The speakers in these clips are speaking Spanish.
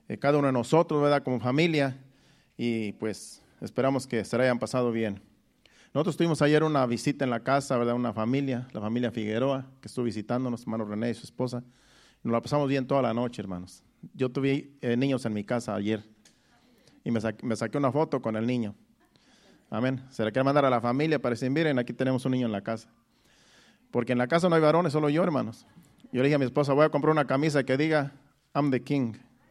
cada uno de nosotros, ¿verdad? Como familia, y pues esperamos que se la hayan pasado bien. Nosotros tuvimos ayer una visita en la casa, ¿verdad? Una familia, la familia Figueroa, que estuvo visitándonos, hermano René y su esposa. Nos la pasamos bien toda la noche, hermanos. Yo tuve niños en mi casa ayer y me saqué una foto con el niño. Amén. Se le quiere mandar a la familia para decir, miren, aquí tenemos un niño en la casa. Porque en la casa no hay varones, solo yo, hermanos. Yo le dije a mi esposa, voy a comprar una camisa que diga, I'm the king.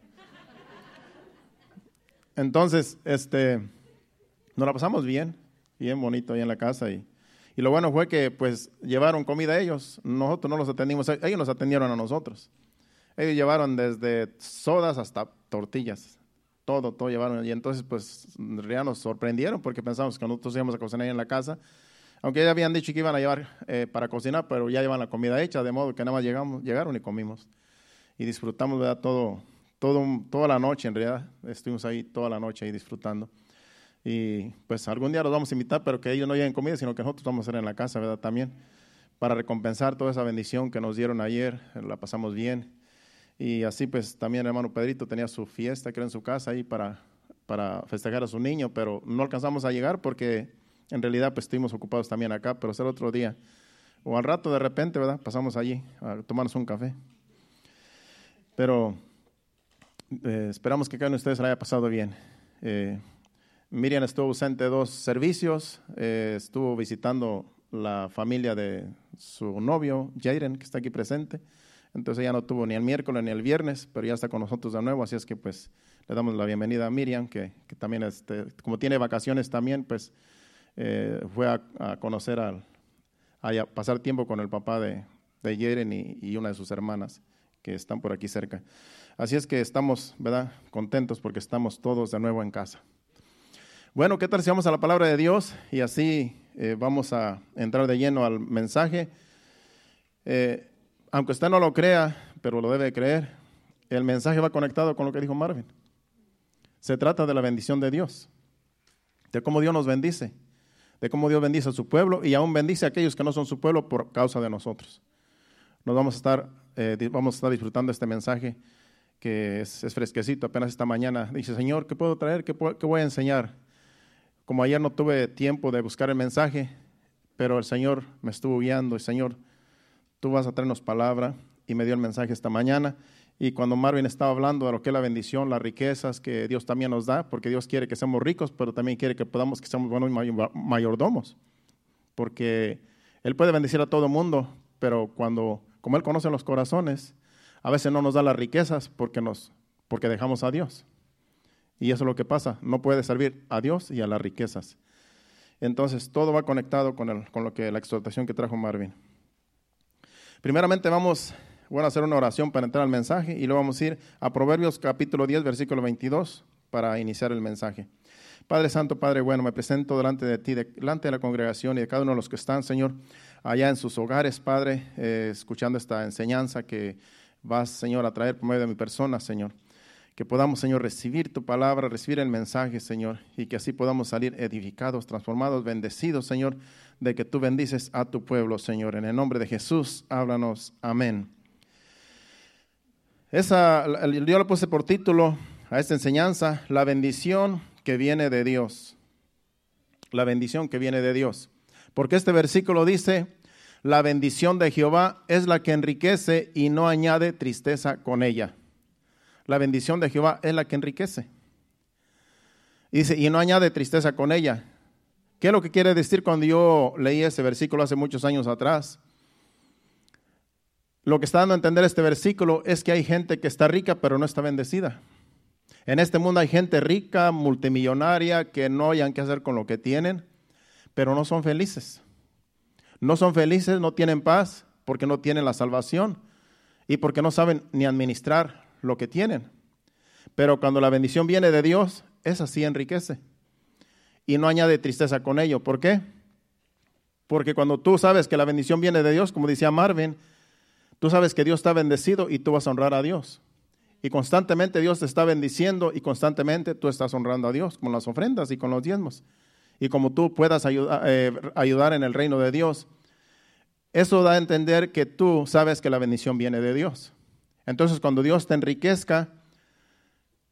Entonces, nos la pasamos bien bonito ahí en la casa. Y lo bueno fue que pues llevaron comida a ellos. Nosotros no los atendimos, ellos nos atendieron a nosotros. Ellos llevaron desde sodas hasta tortillas. Todo llevaron. Y entonces pues en realidad nos sorprendieron porque pensamos que nosotros íbamos a cocinar ahí en la casa. Aunque ya habían dicho que iban a llevar para cocinar, pero ya llevan la comida hecha, de modo que nada más llegaron y comimos. Y disfrutamos, ¿verdad? Toda la noche en realidad. Estuvimos ahí toda la noche ahí disfrutando. Y pues algún día los vamos a invitar, pero que ellos no lleven comida, sino que nosotros vamos a hacer en la casa, ¿verdad? También, para recompensar toda esa bendición que nos dieron ayer, la pasamos bien. Y así pues también el hermano Pedrito tenía su fiesta, que era en su casa ahí para festejar a su niño, pero no alcanzamos a llegar porque en realidad pues estuvimos ocupados también acá, pero será otro día. O al rato de repente, ¿verdad? Pasamos allí a tomarnos un café. Pero esperamos que cada uno de ustedes se la haya pasado bien. Miriam estuvo ausente 2 servicios, estuvo visitando la familia de su novio, Jaden, que está aquí presente. Entonces ella no tuvo ni el miércoles ni el viernes, pero ya está con nosotros de nuevo, así es que pues le damos la bienvenida a Miriam, que también, como tiene vacaciones también, pues fue a conocer, a pasar tiempo con el papá de Jaden y una de sus hermanas, que están por aquí cerca. Así es que estamos, ¿verdad?, contentos porque estamos todos de nuevo en casa. Bueno, ¿qué tal si vamos a la palabra de Dios? Y así vamos a entrar de lleno al mensaje. Aunque usted no lo crea, pero lo debe creer, el mensaje va conectado con lo que dijo Marvin. Se trata de la bendición de Dios, de cómo Dios nos bendice, de cómo Dios bendice a su pueblo y aún bendice a aquellos que no son su pueblo por causa de nosotros. Nos vamos a estar disfrutando este mensaje que es fresquecito, apenas esta mañana. Dice, Señor, ¿qué puedo traer? ¿Qué voy a enseñar? Como ayer no tuve tiempo de buscar el mensaje, pero el Señor me estuvo guiando. Y Señor, tú vas a traernos palabra, y me dio el mensaje esta mañana. Y cuando Marvin estaba hablando de lo que es la bendición, las riquezas que Dios también nos da, porque Dios quiere que seamos ricos, pero también quiere que seamos buenos mayordomos, porque Él puede bendecir a todo mundo, pero como Él conoce los corazones, a veces no nos da las riquezas porque dejamos a Dios. Y eso es lo que pasa, no puede servir a Dios y a las riquezas. Entonces, todo va conectado con la exhortación que trajo Marvin. Primeramente voy a hacer una oración para entrar al mensaje y luego vamos a ir a Proverbios capítulo 10, versículo 22 para iniciar el mensaje. Padre Santo, Padre bueno, me presento delante de ti, delante de la congregación y de cada uno de los que están, Señor, allá en sus hogares, Padre, escuchando esta enseñanza que vas, Señor, a traer por medio de mi persona, Señor. Que podamos, Señor, recibir tu palabra, recibir el mensaje, Señor, y que así podamos salir edificados, transformados, bendecidos, Señor, de que tú bendices a tu pueblo, Señor. En el nombre de Jesús, háblanos. Amén. Yo le puse por título a esta enseñanza, la bendición que viene de Dios. La bendición que viene de Dios. Porque este versículo dice, la bendición de Jehová es la que enriquece y no añade tristeza con ella. La bendición de Jehová es la que enriquece. Y dice, y no añade tristeza con ella. ¿Qué es lo que quiere decir cuando yo leí ese versículo hace muchos años atrás? Lo que está dando a entender este versículo es que hay gente que está rica pero no está bendecida. En este mundo hay gente rica, multimillonaria, que no hayan qué hacer con lo que tienen, pero no son felices. No son felices, no tienen paz porque no tienen la salvación y porque no saben ni administrar lo que tienen. Pero cuando la bendición viene de Dios, esa sí enriquece y no añade tristeza con ello. ¿Por qué? Porque cuando tú sabes que la bendición viene de Dios, como decía Marvin, tú sabes que Dios está bendecido y tú vas a honrar a Dios. Y constantemente Dios te está bendiciendo y constantemente tú estás honrando a Dios con las ofrendas y con los diezmos. Y como tú puedas ayudar en el reino de Dios, eso da a entender que tú sabes que la bendición viene de Dios. Entonces, cuando Dios te enriquezca,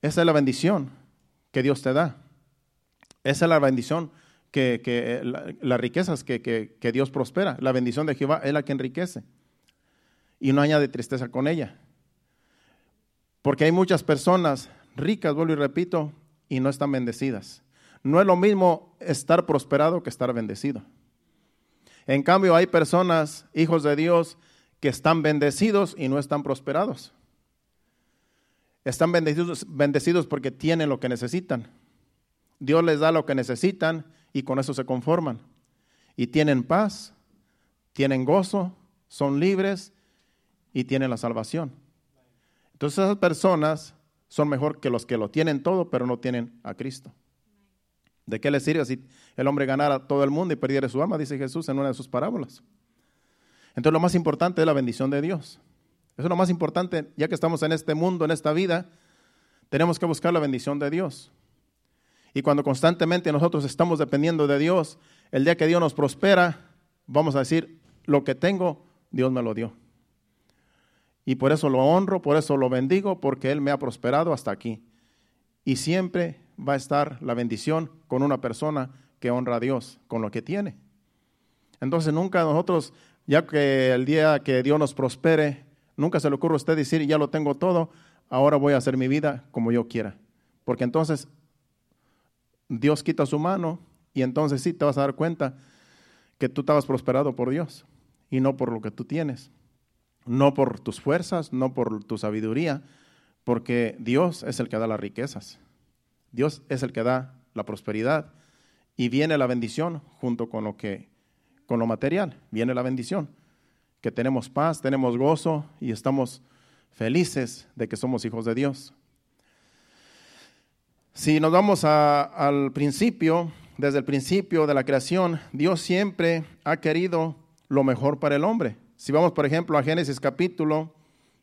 Esa es la bendición que Dios te da. Esa es la bendición las riquezas que Dios prospera. La bendición de Jehová es la que enriquece. Y no añade tristeza con ella. Porque hay muchas personas ricas, vuelvo y repito, y no están bendecidas. No es lo mismo estar prosperado que estar bendecido. En cambio, hay personas, hijos de Dios, que están bendecidos y no están prosperados. Están bendecidos porque tienen lo que necesitan. Dios les da lo que necesitan y con eso se conforman. Y tienen paz, tienen gozo, son libres y tienen la salvación. Entonces esas personas son mejor que los que lo tienen todo, pero no tienen a Cristo. ¿De qué les sirve si el hombre ganara todo el mundo y perdiera su alma? Dice Jesús en una de sus parábolas. Entonces lo más importante es la bendición de Dios. Eso es lo más importante, ya que estamos en este mundo, en esta vida, tenemos que buscar la bendición de Dios. Y cuando constantemente nosotros estamos dependiendo de Dios, el día que Dios nos prospera, vamos a decir, lo que tengo, Dios me lo dio. Y por eso lo honro, por eso lo bendigo, porque Él me ha prosperado hasta aquí. Y siempre va a estar la bendición con una persona que honra a Dios, con lo que tiene. Entonces nunca nosotros, ya que el día que Dios nos prospere, nunca se le ocurre a usted decir, ya lo tengo todo, ahora voy a hacer mi vida como yo quiera. Porque entonces Dios quita su mano y entonces sí te vas a dar cuenta que tú estabas prosperado por Dios y no por lo que tú tienes. No por tus fuerzas, no por tu sabiduría, porque Dios es el que da las riquezas. Dios es el que da la prosperidad y viene la bendición junto con lo material. Viene la bendición, que tenemos paz, tenemos gozo y estamos felices de que somos hijos de Dios. Si nos vamos al principio, desde el principio de la creación, Dios siempre ha querido lo mejor para el hombre. Si vamos, por ejemplo, a Génesis capítulo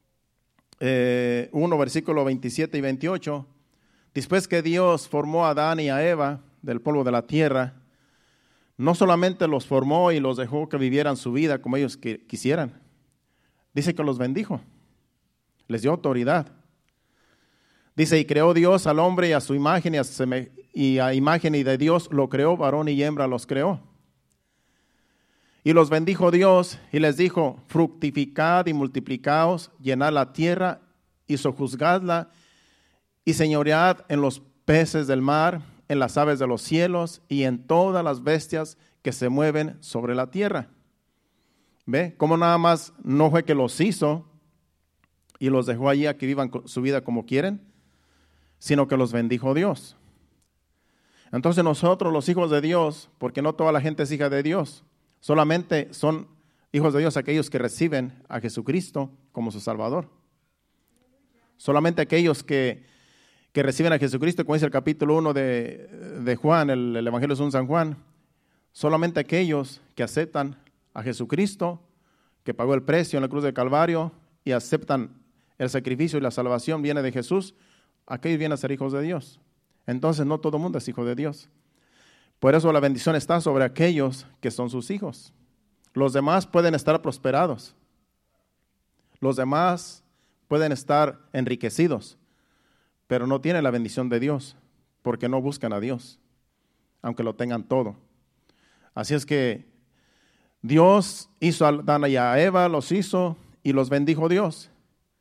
1, versículo 27 y 28, después que Dios formó a Adán y a Eva del polvo de la tierra, no solamente los formó y los dejó que vivieran su vida como ellos quisieran, dice que los bendijo, les dio autoridad. Dice, y creó Dios al hombre y a su imagen y a imagen y de Dios lo creó, varón y hembra los creó. Y los bendijo Dios y les dijo, fructificad y multiplicaos, llenad la tierra y sojuzgadla y señoread en los peces del mar, en las aves de los cielos y en todas las bestias que se mueven sobre la tierra. ¿Ve? Como nada más no fue que los hizo y los dejó allí a que vivan su vida como quieren, sino que los bendijo Dios. Entonces nosotros los hijos de Dios, porque no toda la gente es hija de Dios, solamente son hijos de Dios aquellos que reciben a Jesucristo como su Salvador. Solamente aquellos que reciben a Jesucristo, como dice el capítulo 1 de Juan, el Evangelio según San Juan, solamente aquellos que aceptan a Jesucristo, que pagó el precio en la cruz del Calvario y aceptan el sacrificio y la salvación viene de Jesús, aquellos vienen a ser hijos de Dios. Entonces no todo el mundo es hijo de Dios. Por eso la bendición está sobre aquellos que son sus hijos. Los demás pueden estar prosperados. Los demás pueden estar enriquecidos, pero no tienen la bendición de Dios porque no buscan a Dios, aunque lo tengan todo. Así es que Dios hizo a Adán y a Eva, los hizo y los bendijo Dios.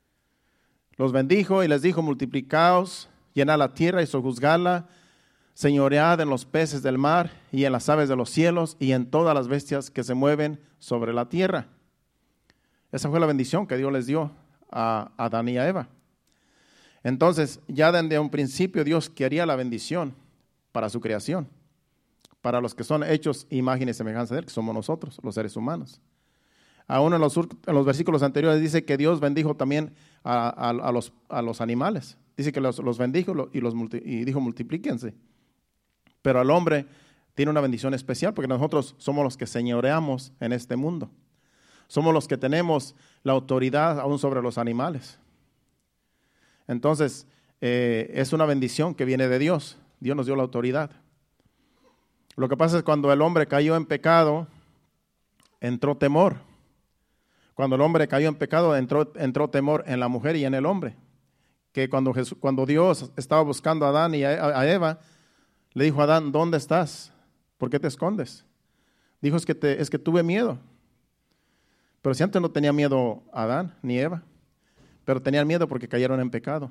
Los bendijo y les dijo, multiplicaos, llenad la tierra y sojuzgadla, señoread en los peces del mar y en las aves de los cielos y en todas las bestias que se mueven sobre la tierra. Esa fue la bendición que Dios les dio a Adán y a Eva. Entonces, ya desde un principio Dios quería la bendición para su creación, para los que son hechos imagen y semejanza de Él, que somos nosotros, los seres humanos. Aún en los versículos anteriores dice que Dios bendijo también a los animales. Dice que los bendijo y dijo multiplíquense. Pero al hombre tiene una bendición especial porque nosotros somos los que señoreamos en este mundo. Somos los que tenemos la autoridad aún sobre los animales. Entonces, es una bendición que viene de Dios. Dios nos dio la autoridad. Lo que pasa es que cuando el hombre cayó en pecado, entró temor. Cuando el hombre cayó en pecado, entró temor en la mujer y en el hombre, que cuando Dios estaba buscando a Adán y a Eva, le dijo a Adán, ¿dónde estás? ¿Por qué te escondes? Dijo, es que tuve miedo. Pero si antes no tenía miedo Adán ni Eva, pero tenían miedo porque cayeron en pecado.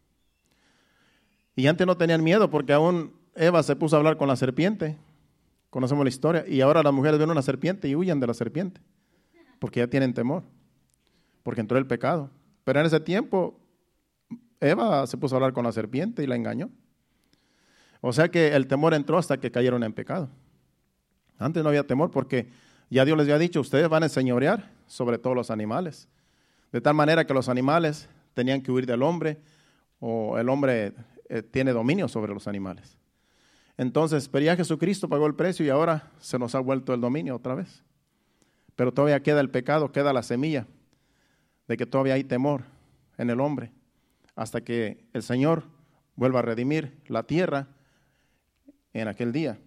Y antes no tenían miedo porque aún Eva se puso a hablar con la serpiente. Conocemos la historia. Y ahora las mujeres ven una serpiente y huyen de la serpiente. Porque ya tienen temor. Porque entró el pecado. Pero en ese tiempo, Eva se puso a hablar con la serpiente y la engañó. O sea que el temor entró hasta que cayeron en pecado. Antes no había temor porque ya Dios les había dicho, ustedes van a enseñorear sobre todos los animales. De tal manera que los animales tenían que huir del hombre o el hombre tiene dominio sobre los animales. Entonces, pero ya Jesucristo pagó el precio y ahora se nos ha vuelto el dominio otra vez. Pero todavía queda el pecado, queda la semilla de que todavía hay temor en el hombre hasta que el Señor vuelva a redimir la tierra en aquel día.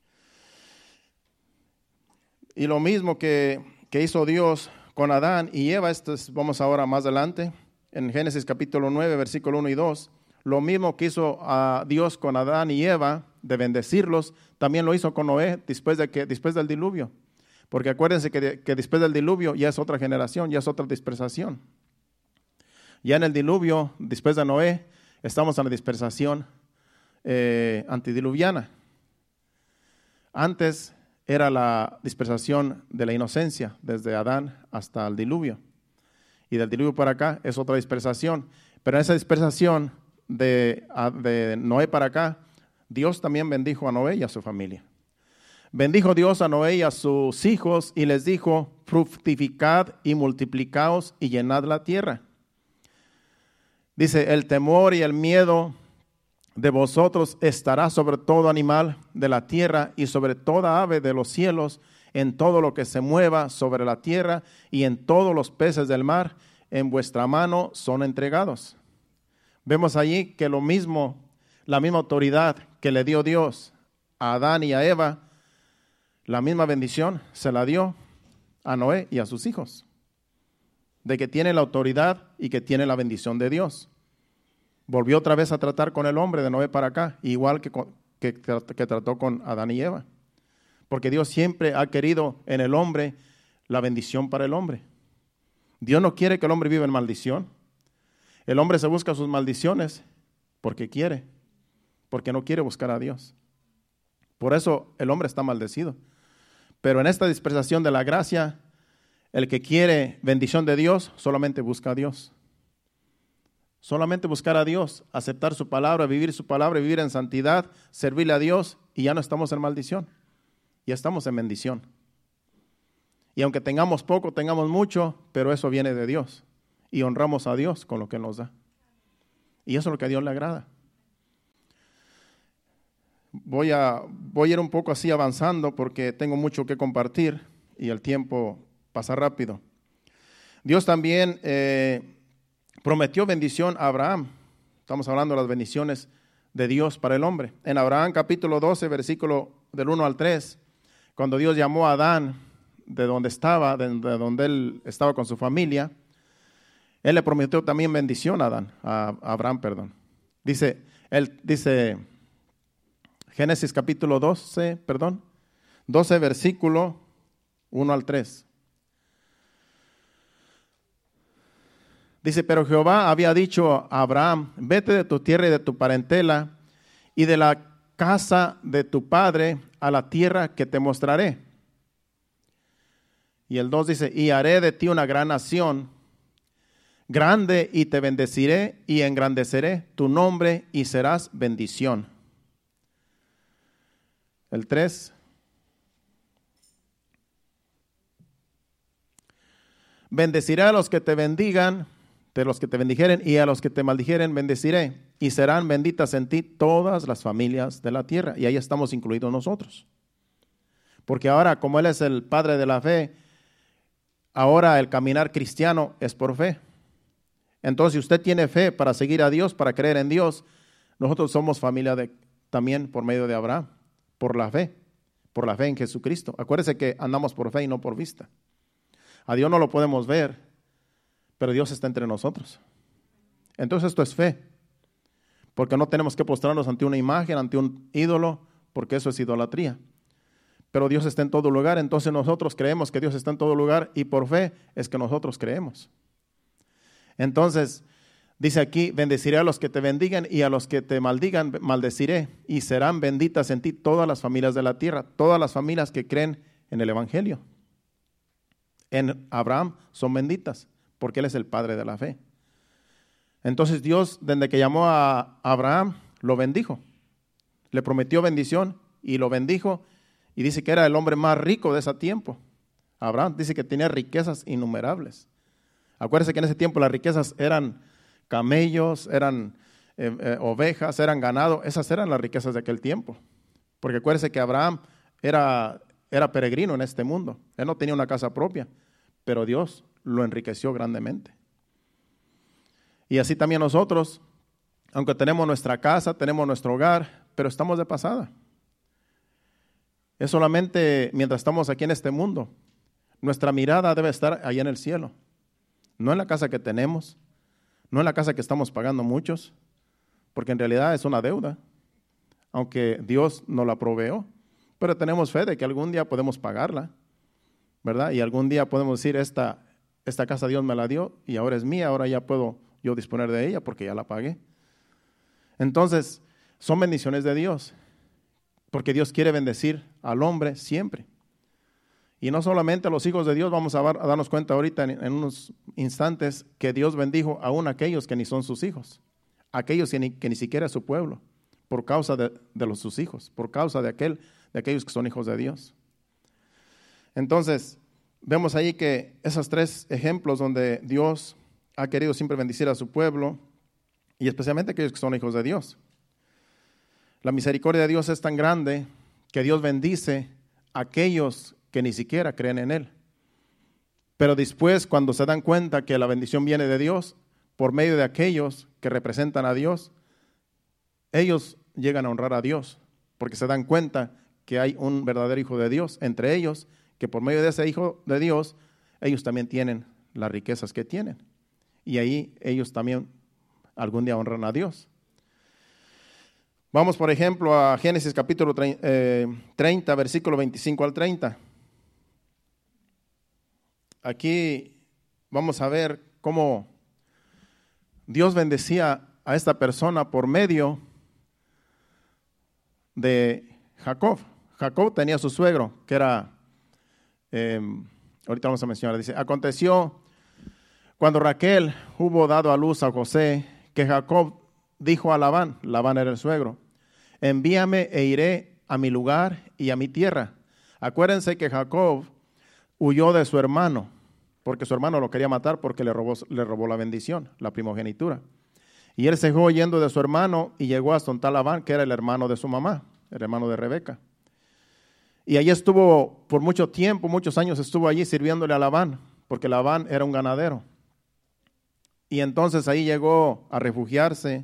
Y lo mismo que hizo Dios con Adán y Eva, vamos ahora más adelante, en Génesis capítulo 9, versículo 1 y 2, lo mismo que hizo a Dios con Adán y Eva, de bendecirlos, también lo hizo con Noé después del diluvio. Porque acuérdense que después del diluvio ya es otra generación, ya es otra dispersación. Ya en el diluvio, después de Noé, estamos en la dispersación antidiluviana. Antes era la dispersación de la inocencia, desde Adán hasta el diluvio. Y del diluvio para acá es otra dispersación. Pero en esa dispersación de Noé para acá, Dios también bendijo a Noé y a su familia. Bendijo Dios a Noé y a sus hijos y les dijo, fructificad y multiplicaos y llenad la tierra. Dice, el temor y el miedo de vosotros estará sobre todo animal de la tierra y sobre toda ave de los cielos, en todo lo que se mueva sobre la tierra y en todos los peces del mar, en vuestra mano son entregados. Vemos allí que la misma autoridad que le dio Dios a Adán y a Eva, la misma bendición se la dio a Noé y a sus hijos, de que tiene la autoridad y que tiene la bendición de Dios. Volvió otra vez a tratar con el hombre de Noé para acá, igual que trató con Adán y Eva. Porque Dios siempre ha querido en el hombre la bendición para el hombre. Dios no quiere que el hombre viva en maldición. El hombre se busca sus maldiciones porque quiere, porque no quiere buscar a Dios. Por eso el hombre está maldecido. Pero en esta dispersación de la gracia, el que quiere bendición de Dios solamente busca a Dios. Solamente buscar a Dios, aceptar su palabra, vivir en santidad, servirle a Dios y ya no estamos en maldición, ya estamos en bendición. Y aunque tengamos poco, tengamos mucho, pero eso viene de Dios y honramos a Dios con lo que nos da. Y eso es lo que a Dios le agrada. Voy a ir un poco así avanzando porque tengo mucho que compartir y el tiempo pasa rápido. Dios también prometió bendición a Abraham. Estamos hablando de las bendiciones de Dios para el hombre. En Abraham capítulo 12, versículo del 1 al 3, cuando Dios llamó a Adán de donde donde él estaba con su familia, él le prometió también bendición a Abraham, perdón. Dice Génesis capítulo 12, versículo 1 al 3. Dice, pero Jehová había dicho a Abraham, vete de tu tierra y de tu parentela y de la casa de tu padre a la tierra que te mostraré. Y el 2 dice, y haré de ti una gran nación, grande, y te bendeciré y engrandeceré tu nombre y serás bendición. El 3. Bendeciré a los que te bendigan, de los que te bendijeren, y a los que te maldijeren bendeciré, y serán benditas en ti todas las familias de la tierra. Y ahí estamos incluidos nosotros. Porque ahora, como Él es el Padre de la fe, ahora el caminar cristiano es por fe. Entonces, si usted tiene fe para seguir a Dios, para creer en Dios, nosotros somos familia también por medio de Abraham, por la fe en Jesucristo. Acuérdese que andamos por fe y no por vista. A Dios no lo podemos ver, pero Dios está entre nosotros. Entonces esto es fe, porque no tenemos que postrarnos ante una imagen, ante un ídolo, porque eso es idolatría. Pero Dios está en todo lugar, entonces nosotros creemos que Dios está en todo lugar y por fe es que nosotros creemos. Entonces, dice aquí, bendeciré a los que te bendigan y a los que te maldigan, maldeciré, y serán benditas en ti todas las familias de la tierra, todas las familias que creen en el Evangelio. En Abraham son benditas, porque él es el padre de la fe. Entonces Dios, desde que llamó a Abraham, lo bendijo. Le prometió bendición y lo bendijo, y dice que era el hombre más rico de ese tiempo. Abraham dice que tenía riquezas innumerables. Acuérdense que en ese tiempo las riquezas eran camellos, eran ovejas, eran ganado. Esas eran las riquezas de aquel tiempo. Porque acuérdense que Abraham era peregrino en este mundo. Él no tenía una casa propia, pero Dios lo enriqueció grandemente. Y así también nosotros, aunque tenemos nuestra casa, tenemos nuestro hogar, pero estamos de pasada. Es solamente mientras estamos aquí en este mundo. Nuestra mirada debe estar allá en el cielo. No en la casa que tenemos, no en la casa que estamos pagando muchos, porque en realidad es una deuda, aunque Dios nos la proveó, pero tenemos fe de que algún día podemos pagarla, ¿verdad? Y algún día podemos decir, esta casa Dios me la dio y ahora es mía, ahora ya puedo yo disponer de ella porque ya la pagué. Entonces, son bendiciones de Dios, porque Dios quiere bendecir al hombre siempre. Y no solamente a los hijos de Dios, vamos a darnos cuenta ahorita en unos instantes que Dios bendijo aún a aquellos que ni son sus hijos, aquellos que ni siquiera es su pueblo, por causa de sus hijos, por causa de aquellos que son hijos de Dios. Entonces, vemos ahí que esos tres ejemplos donde Dios ha querido siempre bendecir a su pueblo, y especialmente aquellos que son hijos de Dios. La misericordia de Dios es tan grande que Dios bendice a aquellos que ni siquiera creen en Él. Pero después, cuando se dan cuenta que la bendición viene de Dios, por medio de aquellos que representan a Dios, ellos llegan a honrar a Dios, porque se dan cuenta que hay un verdadero hijo de Dios entre ellos, que por medio de ese hijo de Dios, ellos también tienen las riquezas que tienen. Y ahí ellos también algún día honran a Dios. Vamos, por ejemplo, a Génesis capítulo 30, versículo 25 al 30. Aquí vamos a ver cómo Dios bendecía a esta persona por medio de Jacob. Jacob tenía a su suegro, que era, ahorita vamos a mencionar, dice, aconteció cuando Raquel hubo dado a luz a José, que Jacob dijo a Labán era el suegro, envíame e iré a mi lugar y a mi tierra. Acuérdense que Jacob huyó de su hermano, porque su hermano lo quería matar porque le robó la bendición, la primogenitura. Y él se fue yendo de su hermano y llegó hasta un tal Labán, que era el hermano de su mamá, el hermano de Rebeca. Y allí estuvo por mucho tiempo, muchos años estuvo allí sirviéndole a Labán, porque Labán era un ganadero. Y entonces ahí llegó a refugiarse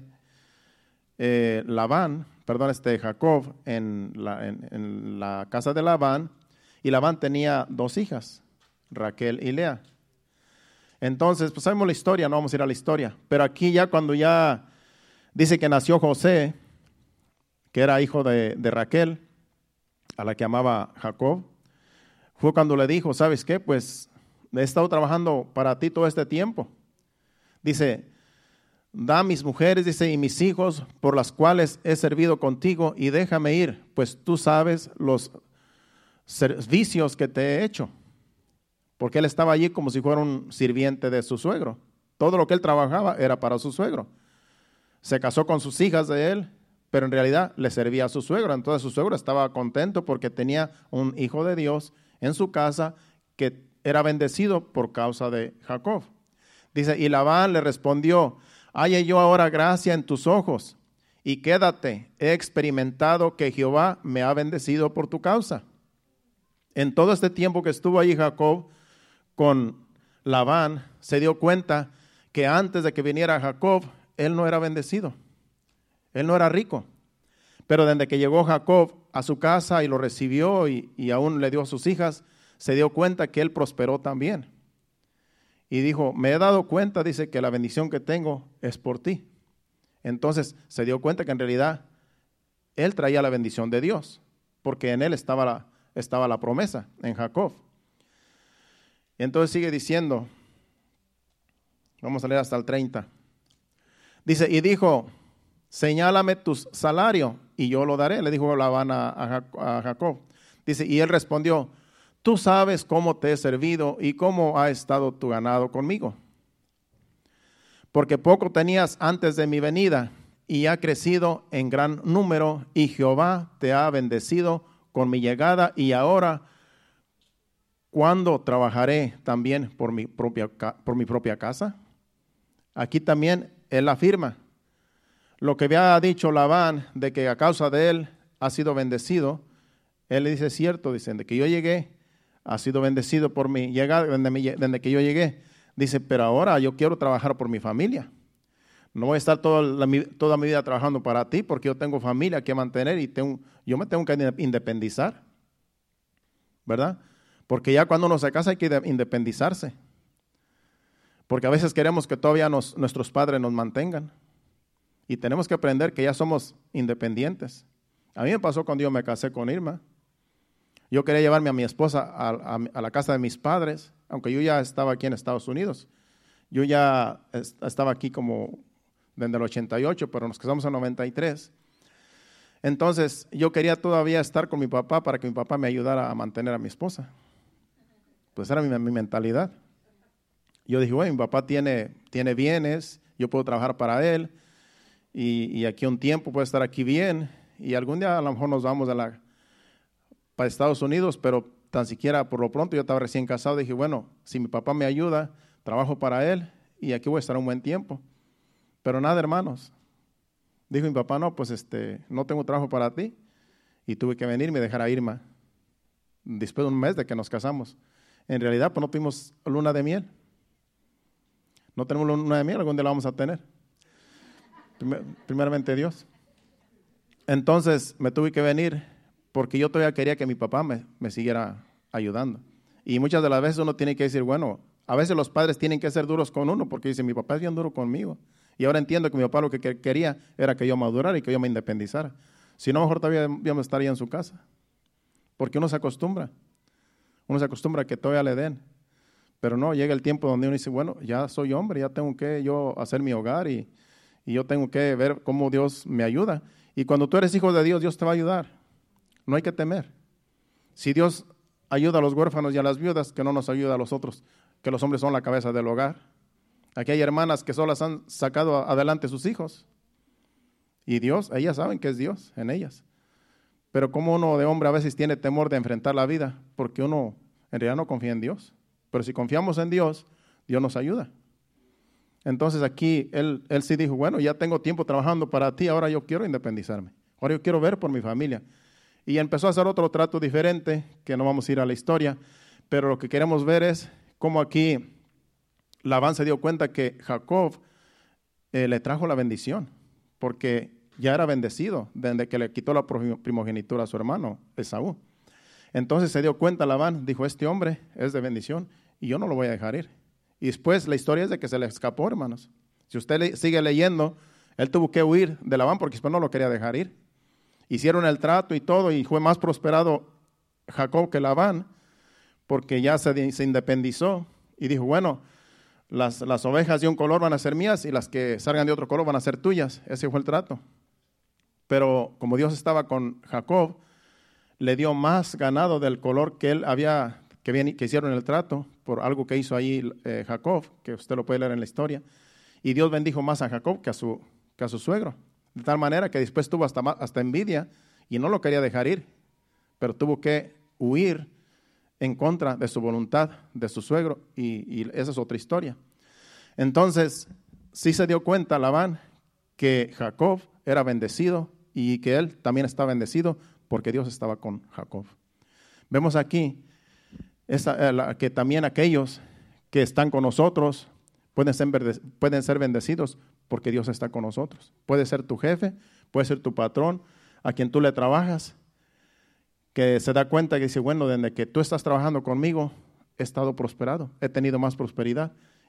Jacob en la casa de Labán, y Labán tenía dos hijas, Raquel y Lea. Entonces, pues sabemos la historia, no vamos a ir a la historia, pero aquí ya cuando ya dice que nació José, que era hijo de Raquel, a la que amaba Jacob, fue cuando le dijo, ¿sabes qué? Pues he estado trabajando para ti todo este tiempo. Dice, da mis mujeres, dice, y mis hijos, por las cuales he servido contigo, y déjame ir, pues tú sabes los servicios que te he hecho. Porque él estaba allí como si fuera un sirviente de su suegro. Todo lo que él trabajaba era para su suegro. Se casó con sus hijas de él, pero en realidad le servía a su suegro. Entonces su suegro estaba contento porque tenía un hijo de Dios en su casa que era bendecido por causa de Jacob. Dice, y Labán le respondió, halle yo ahora gracia en tus ojos, y quédate, he experimentado que Jehová me ha bendecido por tu causa. En todo este tiempo que estuvo allí Jacob con Labán, se dio cuenta que antes de que viniera Jacob, él no era bendecido, él no era rico. Pero desde que llegó Jacob a su casa y lo recibió y aún le dio a sus hijas, se dio cuenta que él prosperó también. y dijo, me he dado cuenta, dice, que la bendición que tengo es por ti. Entonces se dio cuenta que en realidad él traía la bendición de Dios, porque en él estaba la promesa, en Jacob. Y entonces sigue diciendo, vamos a leer hasta el 30. Dice, y dijo, señálame tu salario y yo lo daré, le dijo Labán a Jacob. Dice, y él respondió, tú sabes cómo te he servido y cómo ha estado tu ganado conmigo. Porque poco tenías antes de mi venida y ha crecido en gran número y Jehová te ha bendecido con mi llegada y ahora, ¿cuándo trabajaré también por mi propia casa? Aquí también él afirma lo que había dicho Labán de que a causa de él ha sido bendecido. Él le dice, es cierto, dicen, de que yo llegué, ha sido bendecido por mi llegada, desde que yo llegué. Dice, pero ahora yo quiero trabajar por mi familia. No voy a estar toda mi vida trabajando para ti porque yo tengo familia que mantener y yo me tengo que independizar, ¿verdad? Porque ya cuando uno se casa hay que independizarse. Porque a veces queremos que todavía nuestros padres nos mantengan. Y tenemos que aprender que ya somos independientes. A mí me pasó cuando yo me casé con Irma. Yo quería llevarme a mi esposa a la casa de mis padres, aunque yo ya estaba aquí en Estados Unidos. Yo ya estaba aquí como desde el 88, pero nos casamos en el 93. Entonces, yo quería todavía estar con mi papá para que mi papá me ayudara a mantener a mi esposa. Pues era mi mentalidad. Yo dije, bueno, mi papá tiene bienes, yo puedo trabajar para él, y aquí un tiempo puedo estar aquí bien, y algún día a lo mejor nos vamos para Estados Unidos, pero tan siquiera por lo pronto yo estaba recién casado, dije, bueno, si mi papá me ayuda, trabajo para él, y aquí voy a estar un buen tiempo. Pero nada, hermanos, dijo mi papá, no, pues no tengo trabajo para ti, y tuve que venirme y dejar a Irma, después de un mes de que nos casamos. En realidad, pues no tuvimos luna de miel. No tenemos luna de miel, algún día la vamos a tener. Primeramente Dios. Entonces me tuve que venir porque yo todavía quería que mi papá me siguiera ayudando. Y muchas de las veces uno tiene que decir, bueno, a veces los padres tienen que ser duros con uno porque dicen, mi papá es bien duro conmigo. Y ahora entiendo que mi papá lo que quería era que yo madurara y que yo me independizara. Si no, mejor todavía yo estaría en su casa. Porque uno se acostumbra. Uno se acostumbra a que todavía le den. Pero no, llega el tiempo donde uno dice, bueno, ya soy hombre, ya tengo que yo hacer mi hogar y yo tengo que ver cómo Dios me ayuda. Y cuando tú eres hijo de Dios, Dios te va a ayudar. No hay que temer. Si Dios ayuda a los huérfanos y a las viudas, que no nos ayuda a los otros, que los hombres son la cabeza del hogar. Aquí hay hermanas que solas han sacado adelante sus hijos. Y Dios, ellas saben que es Dios en ellas. Pero como uno de hombre a veces tiene temor de enfrentar la vida, porque uno en realidad no confía en Dios. Pero si confiamos en Dios, Dios nos ayuda. Entonces aquí él sí dijo, bueno, ya tengo tiempo trabajando para ti, ahora yo quiero independizarme. Ahora yo quiero ver por mi familia. Y empezó a hacer otro trato diferente, que no vamos a ir a la historia, pero lo que queremos ver es cómo aquí Labán se dio cuenta que Jacob le trajo la bendición, porque ya era bendecido desde que le quitó la primogenitura a su hermano Esaú. Entonces se dio cuenta Labán, dijo, este hombre es de bendición y yo no lo voy a dejar ir. Y después la historia es de que se le escapó, hermanos. Si usted sigue leyendo, él tuvo que huir de Labán porque después no lo quería dejar ir. Hicieron el trato y todo y fue más prosperado Jacob que Labán porque ya se independizó y dijo, bueno, las ovejas de un color van a ser mías y las que salgan de otro color van a ser tuyas. Ese fue el trato. Pero como Dios estaba con Jacob, le dio más ganado del color que él que hicieron el trato, por algo que hizo ahí Jacob, que usted lo puede leer en la historia. Y Dios bendijo más a Jacob que a su suegro. De tal manera que después tuvo hasta envidia y no lo quería dejar ir, pero tuvo que huir en contra de su voluntad, de su suegro, y esa es otra historia. Entonces, sí se dio cuenta Labán que Jacob era bendecido y que él también estaba bendecido porque Dios estaba con Jacob. Vemos aquí que también aquellos que están con nosotros pueden ser bendecidos porque Dios está con nosotros. Puede ser tu jefe, puede ser tu patrón, a quien tú le trabajas, que se da cuenta que dice, bueno, desde que tú estás trabajando conmigo, he estado prosperado, he tenido más prosperidad.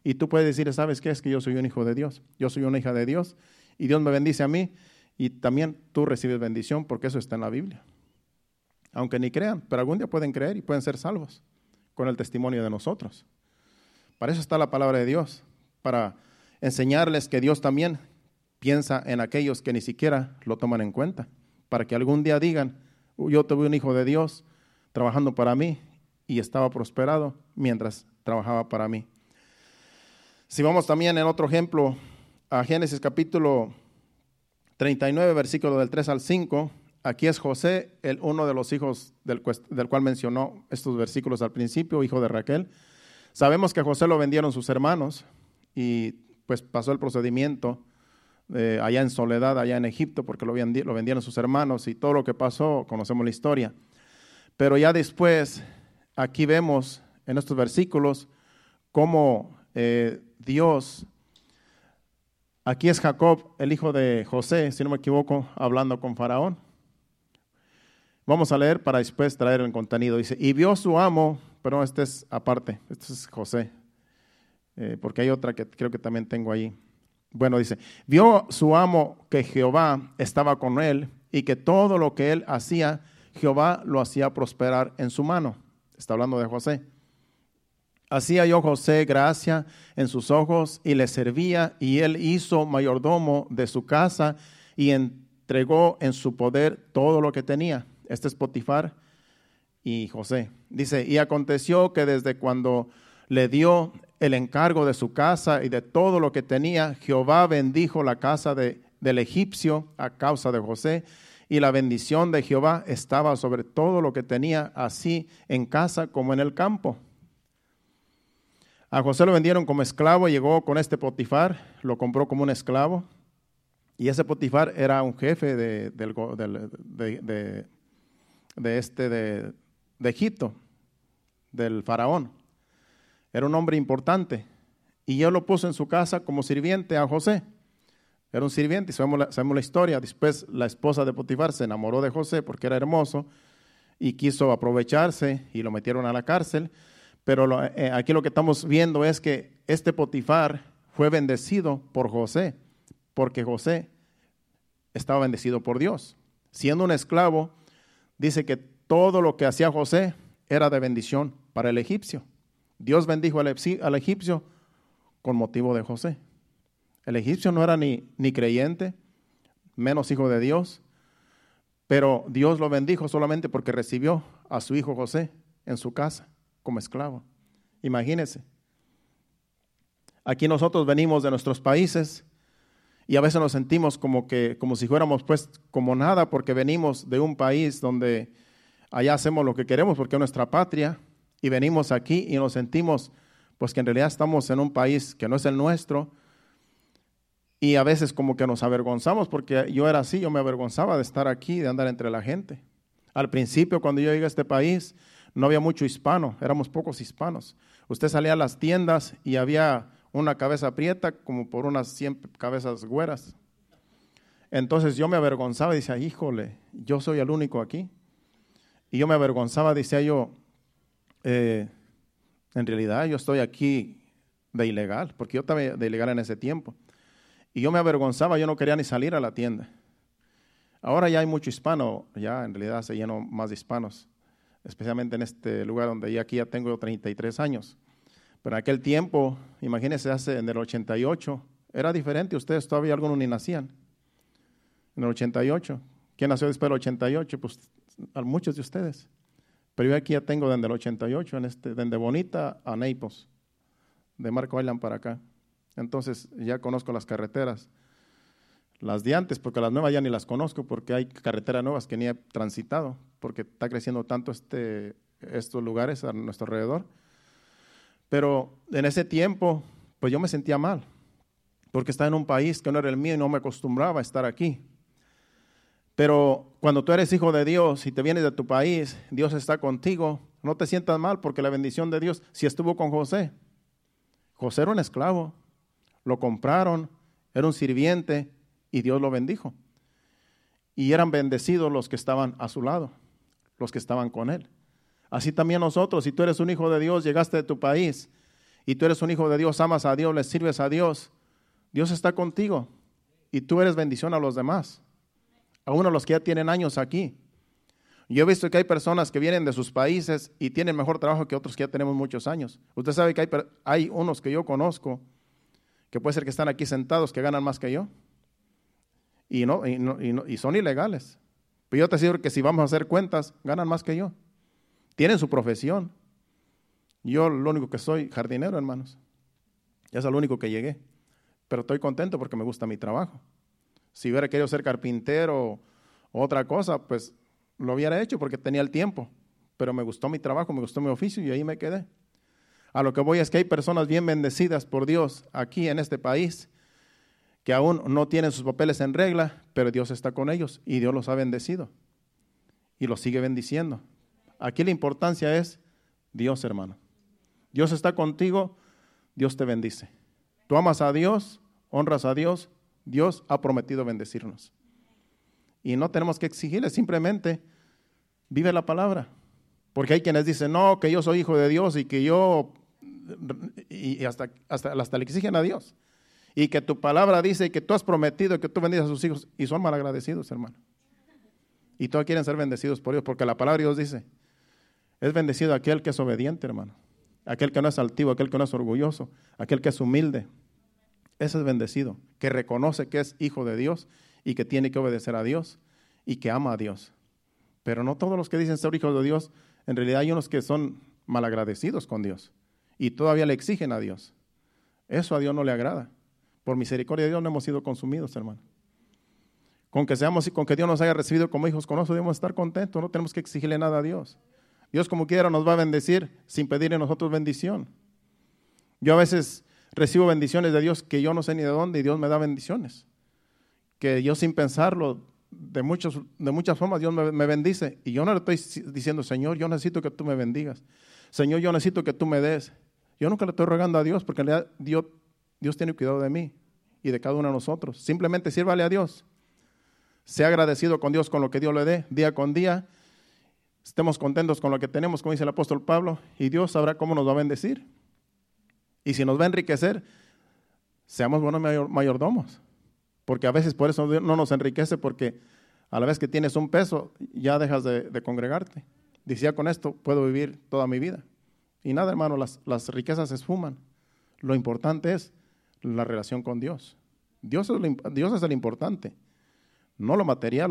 Y tú puedes decir, ¿sabes qué? Es que yo soy un hijo de Dios, yo soy una hija de Dios y Dios me bendice a mí y también tú recibes bendición porque eso está en la Biblia. Aunque ni crean, pero algún día pueden creer y pueden ser salvos con el testimonio de nosotros. Para eso está la palabra de Dios, para enseñarles que Dios también piensa en aquellos que ni siquiera lo toman en cuenta, para que algún día digan, yo tuve un hijo de Dios trabajando para mí y estaba prosperado mientras trabajaba para mí. Si vamos también en otro ejemplo a Génesis capítulo 39, versículo del 3 al 5, aquí es José, uno de los hijos del cual mencionó estos versículos al principio, hijo de Raquel. Sabemos que a José lo vendieron sus hermanos y pues pasó el procedimiento allá en soledad, allá en Egipto, porque lo vendieron sus hermanos y todo lo que pasó, conocemos la historia. Pero ya después, aquí vemos en estos versículos cómo Dios, aquí es Jacob, el hijo de José, si no me equivoco, hablando con Faraón. Vamos a leer para después traer el contenido. Dice, y vio su amo, pero este es aparte, este es José, porque hay otra que creo que también tengo ahí. Bueno, dice, vio su amo que Jehová estaba con él y que todo lo que él hacía, Jehová lo hacía prosperar en su mano. Está hablando de José. Así halló José gracia en sus ojos y le servía, y él hizo mayordomo de su casa y entregó en su poder todo lo que tenía. Este es Potifar y José. Dice, y aconteció que desde cuando le dio el encargo de su casa y de todo lo que tenía, Jehová bendijo la casa del egipcio a causa de José, y la bendición de Jehová estaba sobre todo lo que tenía, así en casa como en el campo. A José lo vendieron como esclavo, llegó con este Potifar, lo compró como un esclavo, y ese Potifar era un jefe de Egipto, del faraón. Era un hombre importante, y él lo puso en su casa como sirviente a José. Era un sirviente, y sabemos la historia. Después la esposa de Potifar se enamoró de José porque era hermoso, y quiso aprovecharse, y lo metieron a la cárcel. Pero aquí lo que estamos viendo es que este Potifar fue bendecido por José, porque José estaba bendecido por Dios. Siendo un esclavo, dice que todo lo que hacía José era de bendición para el egipcio. Dios bendijo al egipcio con motivo de José. El egipcio no era ni creyente, menos hijo de Dios, pero Dios lo bendijo solamente porque recibió a su hijo José en su casa como esclavo. Imagínense. Aquí nosotros venimos de nuestros países y a veces nos sentimos como si fuéramos pues como nada, porque venimos de un país donde allá hacemos lo que queremos porque es nuestra patria, y venimos aquí y nos sentimos pues que en realidad estamos en un país que no es el nuestro, y a veces como que nos avergonzamos, porque yo era así, yo me avergonzaba de estar aquí, de andar entre la gente. Al principio, cuando yo llegué a este país, no había mucho hispano, éramos pocos hispanos. Usted salía a las tiendas y había una cabeza prieta como por unas 100 cabezas güeras. Entonces yo me avergonzaba y decía, híjole, yo soy el único aquí. Y yo me avergonzaba, decía yo, en realidad yo estoy aquí de ilegal, porque yo estaba de ilegal en ese tiempo. Y yo me avergonzaba, yo no quería ni salir a la tienda. Ahora ya hay mucho hispano, ya en realidad se llenó más de hispanos, especialmente en este lugar donde aquí ya tengo 33 años. Pero en aquel tiempo, imagínense, en el 88, era diferente, ustedes todavía algunos ni nacían. En el 88, ¿quién nació después del 88? Pues muchos de ustedes. Pero yo aquí ya tengo desde el 88, desde Bonita a Naples, de Marco Island para acá. Entonces ya conozco las carreteras, las de antes, porque las nuevas ya ni las conozco, porque hay carreteras nuevas que ni he transitado, porque está creciendo tanto estos lugares a nuestro alrededor. Pero en ese tiempo, pues yo me sentía mal, porque estaba en un país que no era el mío y no me acostumbraba a estar aquí. Pero cuando tú eres hijo de Dios y te vienes de tu país, Dios está contigo, no te sientas mal, porque la bendición de Dios sí estuvo con José. José era un esclavo, lo compraron, era un sirviente y Dios lo bendijo. Y eran bendecidos los que estaban a su lado, los que estaban con él. Así también nosotros, si tú eres un hijo de Dios, llegaste de tu país y tú eres un hijo de Dios, amas a Dios, le sirves a Dios, Dios está contigo y tú eres bendición a los demás, aún a los que ya tienen años aquí. Yo he visto que hay personas que vienen de sus países y tienen mejor trabajo que otros que ya tenemos muchos años. Usted sabe que hay unos que yo conozco que puede ser que están aquí sentados que ganan más que yo y son ilegales. Pero yo te aseguro que si vamos a hacer cuentas, ganan más que yo. Tienen su profesión. Yo lo único que soy, jardinero, hermanos. Ya es lo único que llegué. Pero estoy contento porque me gusta mi trabajo. Si hubiera querido ser carpintero o otra cosa, pues lo hubiera hecho porque tenía el tiempo. Pero me gustó mi trabajo, me gustó mi oficio y ahí me quedé. A lo que voy es que hay personas bien bendecidas por Dios aquí en este país que aún no tienen sus papeles en regla, pero Dios está con ellos y Dios los ha bendecido y los sigue bendiciendo. Aquí la importancia es Dios, hermano. Dios está contigo, Dios te bendice. Tú amas a Dios, honras a Dios, Dios ha prometido bendecirnos. Y no tenemos que exigirle, simplemente vive la palabra. Porque hay quienes dicen, no, que yo soy hijo de Dios y que yo, y hasta le exigen a Dios. Y que tu palabra dice que tú has prometido que tú bendices a sus hijos y son malagradecidos, hermano. Y todos quieren ser bendecidos por Dios, porque la palabra de Dios dice, es bendecido aquel que es obediente, hermano. Aquel que no es altivo, aquel que no es orgulloso, aquel que es humilde. Ese es bendecido, que reconoce que es hijo de Dios y que tiene que obedecer a Dios y que ama a Dios. Pero no todos los que dicen ser hijos de Dios, en realidad hay unos que son malagradecidos con Dios y todavía le exigen a Dios. Eso a Dios no le agrada. Por misericordia de Dios no hemos sido consumidos, hermano. Con que Dios nos haya recibido como hijos con nosotros, debemos estar contentos, no tenemos que exigirle nada a Dios. Dios como quiera nos va a bendecir sin pedirle a nosotros bendición. Yo a veces recibo bendiciones de Dios que yo no sé ni de dónde y Dios me da bendiciones. Que yo sin pensarlo, de muchas formas Dios me bendice. Y yo no le estoy diciendo, Señor, yo necesito que tú me bendigas. Señor, yo necesito que tú me des. Yo nunca le estoy rogando a Dios porque en realidad Dios tiene cuidado de mí y de cada uno de nosotros. Simplemente sírvale a Dios. Sea agradecido con Dios con lo que Dios le dé día con día. Estemos contentos con lo que tenemos, como dice el apóstol Pablo, y Dios sabrá cómo nos va a bendecir. Y si nos va a enriquecer, seamos buenos mayordomos. Porque a veces por eso no nos enriquece, porque a la vez que tienes un peso, ya dejas de congregarte. Decía, con esto puedo vivir toda mi vida. Y nada, hermano, las riquezas se esfuman. Lo importante es la relación con Dios. Dios es el importante. No lo material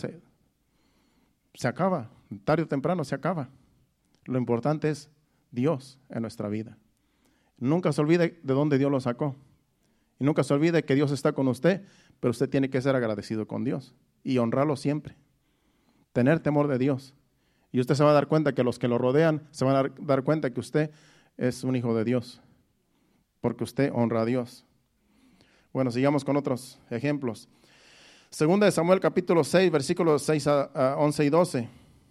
se acaba, tarde o temprano se acaba. Lo importante es Dios en nuestra vida. Nunca se olvide de dónde Dios lo sacó. Y nunca se olvide que Dios está con usted, pero usted tiene que ser agradecido con Dios y honrarlo siempre. Tener temor de Dios. Y usted se va a dar cuenta que los que lo rodean se van a dar cuenta que usted es un hijo de Dios, porque usted honra a Dios. Bueno, sigamos con otros ejemplos. Segunda de Samuel capítulo 6, versículos 6 a 11 y 12.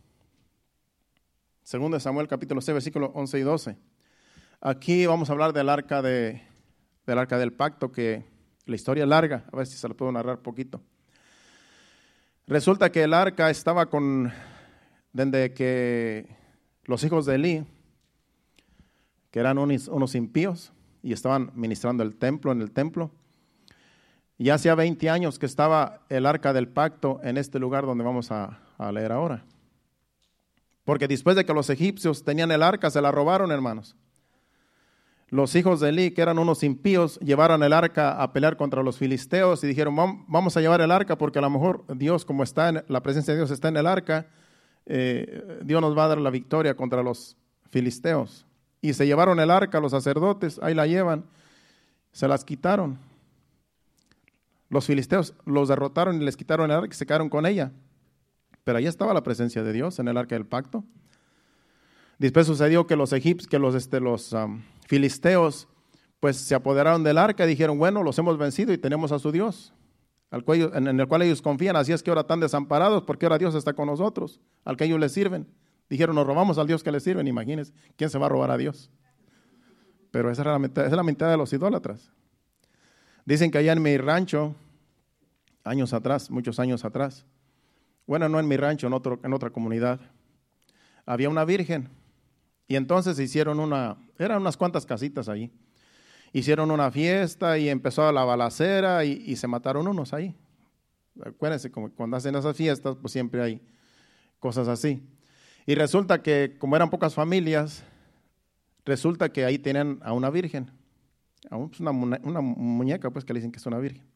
Segunda de Samuel capítulo 6, versículos 11 y 12. Aquí vamos a hablar del arca del pacto, que la historia es larga, a ver si se lo puedo narrar poquito. Resulta que el arca estaba desde que los hijos de Elí, que eran unos impíos, y estaban ministrando en el templo. Y hacía 20 años que estaba el arca del pacto en este lugar donde vamos a leer ahora. Porque después de que los egipcios tenían el arca, se la robaron, hermanos. Los hijos de Elí, que eran unos impíos, llevaron el arca a pelear contra los filisteos y dijeron, vamos a llevar el arca porque a lo mejor Dios, como la presencia de Dios está en el arca, Dios nos va a dar la victoria contra los filisteos. Y se llevaron el arca, los sacerdotes, ahí la llevan, se las quitaron. Los filisteos los derrotaron y les quitaron el arca y se quedaron con ella. Pero ahí estaba la presencia de Dios en el arca del pacto. Después sucedió que los filisteos pues se apoderaron del arca y dijeron, bueno, los hemos vencido y tenemos a su Dios, en el cual ellos confían, así es que ahora están desamparados porque ahora Dios está con nosotros, al que ellos les sirven. Dijeron, nos robamos al Dios que les sirven, imagínense, ¿quién se va a robar a Dios? Pero esa es la mentalidad de los idólatras. Dicen que allá en mi rancho, muchos años atrás, bueno, no en mi rancho, en otra comunidad, había una virgen Y entonces hicieron eran unas cuantas casitas ahí. Hicieron una fiesta y empezó la balacera y se mataron unos ahí. Acuérdense, como cuando hacen esas fiestas, pues siempre hay cosas así. Y resulta que, como eran pocas familias, resulta que ahí tenían a una virgen, una muñeca, pues que le dicen que es una virgen.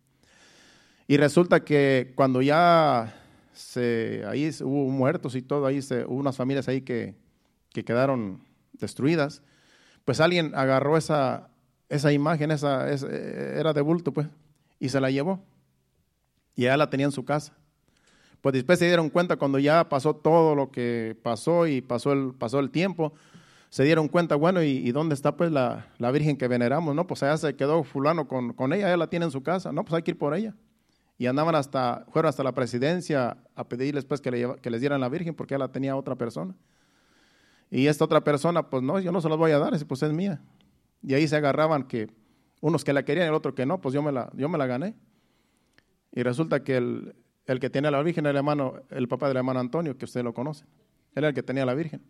Y resulta que cuando ya ahí hubo muertos y todo, hubo unas familias ahí que quedaron destruidas, pues alguien agarró esa imagen, era de bulto, pues, y se la llevó. Y ella la tenía en su casa. Pues después se dieron cuenta cuando ya pasó todo lo que pasó y pasó el tiempo, se dieron cuenta, bueno, ¿y dónde está pues la virgen que veneramos? No, pues allá se quedó fulano con ella la tiene en su casa, no, pues hay que ir por ella. Y fueron hasta la presidencia a pedirles pues que les dieran la virgen porque ella la tenía otra persona. Y esta otra persona, pues no, yo no se las voy a dar, pues es mía. Y ahí se agarraban que unos que la querían y el otro que no, pues yo me la gané. Y resulta que el que tenía la virgen era el papá del hermano Antonio, que ustedes lo conocen. Él era el que tenía la virgen.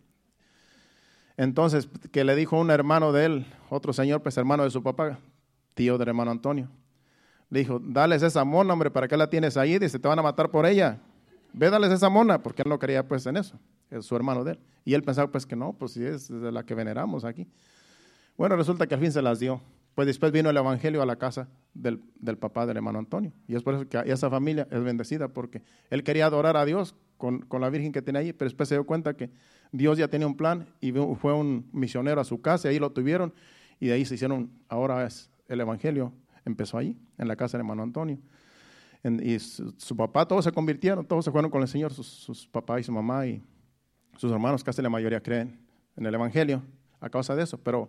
Entonces, que le dijo un hermano de él, otro señor, pues hermano de su papá, tío del hermano Antonio, le dijo, dales esa mona, hombre, ¿para qué la tienes ahí? Dice, te van a matar por ella. Ve, dales esa mona, porque él no quería pues en eso, es su hermano de él. Y él pensaba pues que no, pues si es de la que veneramos aquí. Bueno, resulta que al fin se las dio. Pues después vino el evangelio a la casa del papá del hermano Antonio. Y es por eso que esa familia es bendecida, porque él quería adorar a Dios con la virgen que tenía ahí, pero después se dio cuenta que Dios ya tenía un plan y fue un misionero a su casa y ahí lo tuvieron y de ahí se hicieron, ahora es el evangelio, empezó ahí, en la casa del hermano Antonio. Y su papá, todos se convirtieron, todos se fueron con el Señor, sus papás y su mamá y sus hermanos, casi la mayoría creen en el evangelio a causa de eso, pero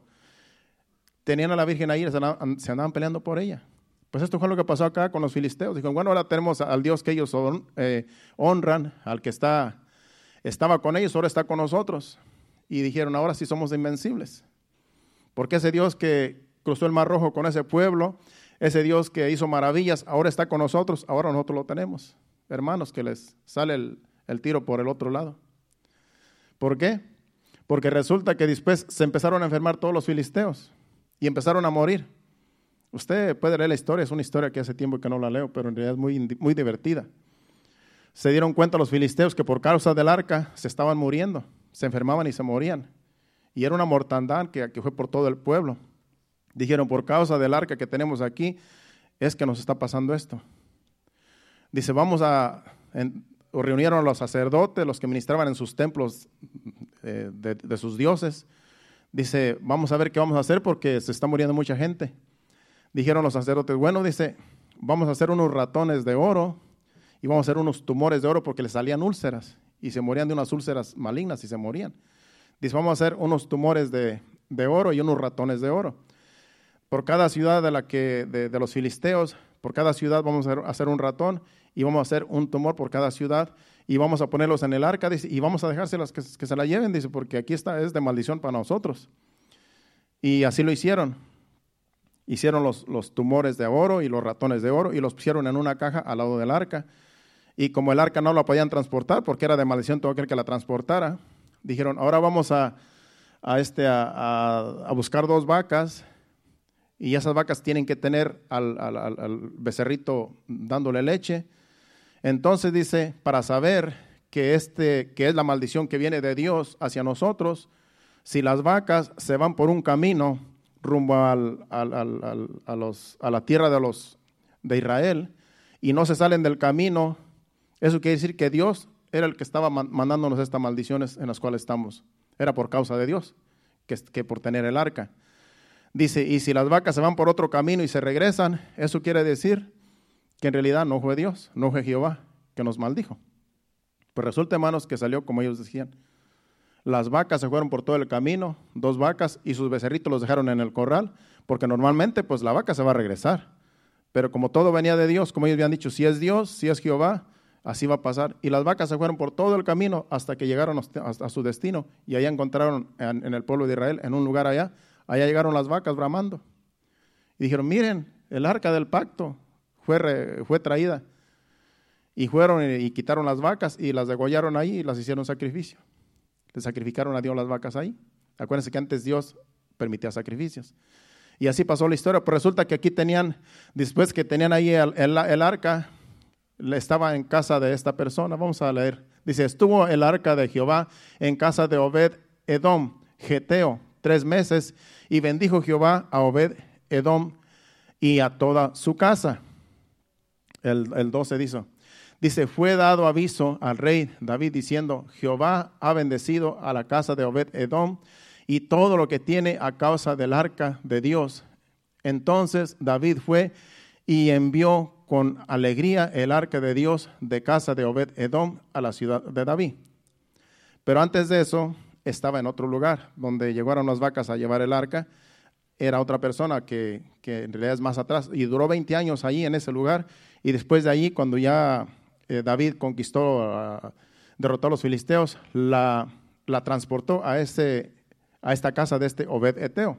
tenían a la virgen ahí, se andaban peleando por ella. Pues esto fue lo que pasó acá con los filisteos. Dijeron, bueno, ahora tenemos al Dios que ellos honran, al que estaba con ellos, ahora está con nosotros. Y dijeron, ahora sí somos invencibles. Porque ese Dios que cruzó el Mar Rojo con ese pueblo, ese Dios que hizo maravillas, ahora está con nosotros, ahora nosotros lo tenemos. Hermanos, que les sale el tiro por el otro lado. ¿Por qué? Porque resulta que después se empezaron a enfermar todos los filisteos y empezaron a morir. Usted puede leer la historia, es una historia que hace tiempo que no la leo, pero en realidad es muy divertida. Se dieron cuenta los filisteos que por causa del arca se estaban muriendo, se enfermaban y se morían. Y era una mortandad que fue por todo el pueblo. Dijeron, por causa del arca que tenemos aquí, es que nos está pasando esto. Dice, reunieron a los sacerdotes, los que ministraban en sus templos de sus dioses. Dice, vamos a ver qué vamos a hacer porque se está muriendo mucha gente. Dijeron los sacerdotes, bueno, dice, vamos a hacer unos ratones de oro y vamos a hacer unos tumores de oro porque les salían úlceras y se morían de unas úlceras malignas y se morían. Dice, vamos a hacer unos tumores de oro y unos ratones de oro. Por cada ciudad de los filisteos, por cada ciudad vamos a hacer un ratón y vamos a hacer un tumor por cada ciudad y vamos a ponerlos en el arca, dice, y vamos a dejárselas que se la lleven, dice, porque aquí es de maldición para nosotros. Y así lo hicieron. Hicieron los tumores de oro y los ratones de oro y los pusieron en una caja al lado del arca. Y como el arca no la podían transportar porque era de maldición todo aquel que la transportara, dijeron, ahora vamos a buscar 2 vacas y esas vacas tienen que tener al becerrito dándole leche. Entonces dice, para saber que es la maldición que viene de Dios hacia nosotros, si las vacas se van por un camino rumbo a la tierra de Israel y no se salen del camino, eso quiere decir que Dios era el que estaba mandándonos estas maldiciones en las cuales estamos. Era por causa de Dios, que por tener el arca. Dice, y si las vacas se van por otro camino y se regresan, eso quiere decir que en realidad no fue Dios, no fue Jehová que nos maldijo. Pues resulta, hermanos, que salió como ellos decían. Las vacas se fueron por todo el camino, 2 vacas, y sus becerritos los dejaron en el corral, porque normalmente pues la vaca se va a regresar. Pero como todo venía de Dios, como ellos habían dicho, si es Dios, si es Jehová, así va a pasar. Y las vacas se fueron por todo el camino hasta que llegaron a su destino, y allá encontraron en el pueblo de Israel, en un lugar allá llegaron las vacas bramando. Y dijeron, miren, el arca del pacto fue traída. Y fueron y quitaron las vacas y las degollaron ahí y las hicieron sacrificio. Le sacrificaron a Dios las vacas ahí. Acuérdense que antes Dios permitía sacrificios. Y así pasó la historia. Pero resulta que aquí tenían, después que tenían ahí el arca, estaba en casa de esta persona. Vamos a leer. Dice, estuvo el arca de Jehová en casa de Obed-Edom, Geteo, 3 meses, y bendijo Jehová a Obed-Edom y a toda su casa. El 12 dice, fue dado aviso al rey David diciendo, Jehová ha bendecido a la casa de Obed-Edom y todo lo que tiene a causa del arca de Dios. Entonces David fue y envió con alegría el arca de Dios de casa de Obed-Edom a la ciudad de David. Pero antes de eso estaba en otro lugar, donde llegaron las vacas a llevar el arca. Era otra persona que en realidad es más atrás, y duró 20 años ahí en ese lugar. Y después de ahí, cuando ya David conquistó, derrotó a los filisteos, la transportó a esta casa de este Obed-Eteo.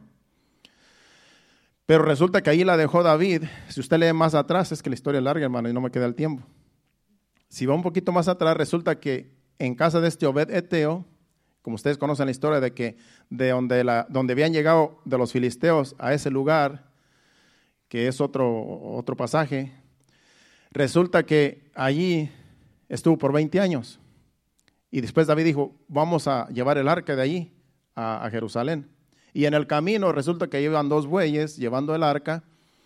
Pero resulta que ahí la dejó David. Si usted lee más atrás, es que la historia es larga, hermano, y no me queda el tiempo. Si va un poquito más atrás, resulta que en casa de este Obed-Eteo, como ustedes conocen la historia de que de donde habían llegado de los filisteos a ese lugar, que es otro pasaje, resulta que allí estuvo por 20 años. Y después David dijo, vamos a llevar el arca de allí a Jerusalén. Y en el camino resulta que iban 2 bueyes llevando el arca.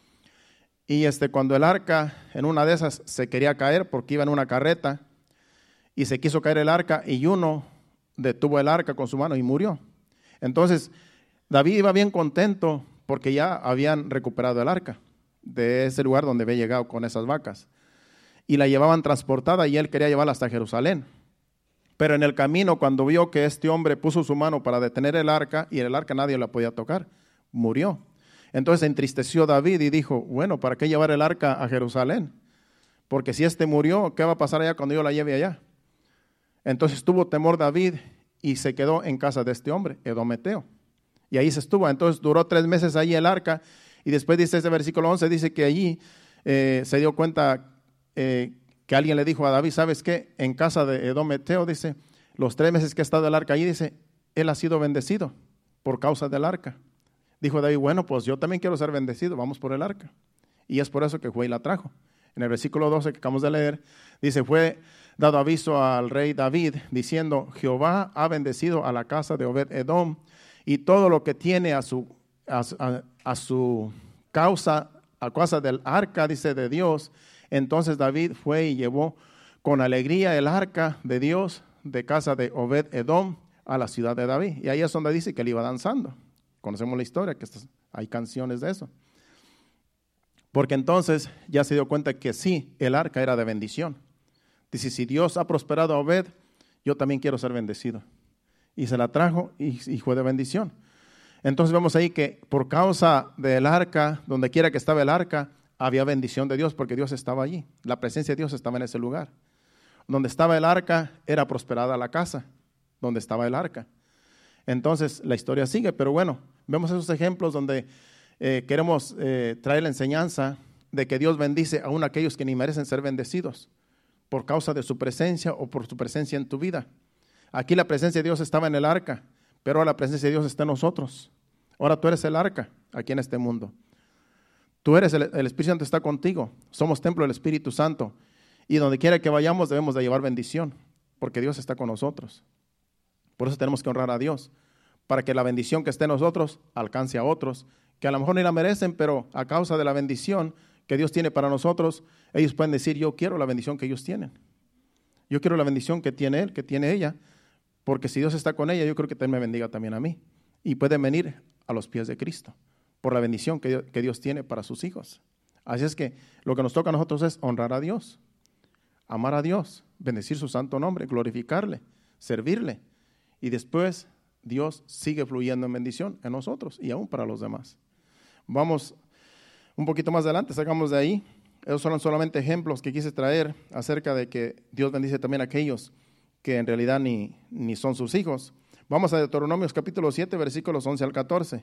Y cuando el arca en una de esas se quería caer porque iba en una carreta y se quiso caer el arca y uno detuvo el arca con su mano y murió. Entonces David iba bien contento porque ya habían recuperado el arca de ese lugar donde había llegado con esas vacas. Y la llevaban transportada y él quería llevarla hasta Jerusalén. Pero en el camino, cuando vio que este hombre puso su mano para detener el arca, y el arca nadie la podía tocar, murió. Entonces se entristeció David y dijo, bueno, ¿para qué llevar el arca a Jerusalén? Porque si murió, ¿qué va a pasar allá cuando yo la lleve allá? Entonces tuvo temor David y se quedó en casa de este hombre, Edometeo. Y ahí se estuvo. Entonces duró 3 meses ahí el arca. Y después dice ese versículo 11, dice que allí se dio cuenta que alguien le dijo a David, ¿sabes qué? En casa de Edometeo, dice, los 3 meses que ha estado el arca allí, dice, él ha sido bendecido por causa del arca. Dijo David, bueno, pues yo también quiero ser bendecido, vamos por el arca. Y es por eso que fue y la trajo. En el versículo 12 que acabamos de leer, dice, fue dado aviso al rey David, diciendo, Jehová ha bendecido a la casa de Obed-Edom y todo lo que tiene a su causa, a causa del arca, dice, de Dios. Entonces David fue y llevó con alegría el arca de Dios de casa de Obed-Edom a la ciudad de David. Y ahí es donde dice que él iba danzando. Conocemos la historia, que hay canciones de eso. Porque entonces ya se dio cuenta que sí, el arca era de bendición. Dice, si Dios ha prosperado a Obed, yo también quiero ser bendecido. Y se la trajo y fue de bendición. Entonces vemos ahí que por causa del arca, donde quiera que estaba el arca, había bendición de Dios porque Dios estaba allí. La presencia de Dios estaba en ese lugar. Donde estaba el arca, era prosperada la casa, donde estaba el arca. Entonces la historia sigue, pero bueno, vemos esos ejemplos donde queremos traer la enseñanza de que Dios bendice aún a aquellos que ni merecen ser bendecidos por causa de su presencia o por su presencia en tu vida. Aquí la presencia de Dios estaba en el arca, pero ahora la presencia de Dios está en nosotros. Ahora tú eres el arca aquí en este mundo. Tú eres el Espíritu Santo está contigo. Somos templo del Espíritu Santo. Y donde quiera que vayamos debemos de llevar bendición, porque Dios está con nosotros. Por eso tenemos que honrar a Dios, para que la bendición que esté en nosotros alcance a otros, que a lo mejor ni la merecen, pero a causa de la bendición que Dios tiene para nosotros, ellos pueden decir, yo quiero la bendición que ellos tienen. Yo quiero la bendición que tiene él, que tiene ella, porque si Dios está con ella, yo creo que Él me bendiga también a mí. Y pueden venir a los pies de Cristo, por la bendición que Dios tiene para sus hijos. Así es que lo que nos toca a nosotros es honrar a Dios, amar a Dios, bendecir su santo nombre, glorificarle, servirle. Y después Dios sigue fluyendo en bendición en nosotros y aún para los demás. Vamos un poquito más adelante, sacamos de ahí. Esos son solamente ejemplos que quise traer acerca de que Dios bendice también a aquellos que en realidad ni son sus hijos. Vamos a Deuteronomios capítulo 7, versículos 11 al 14.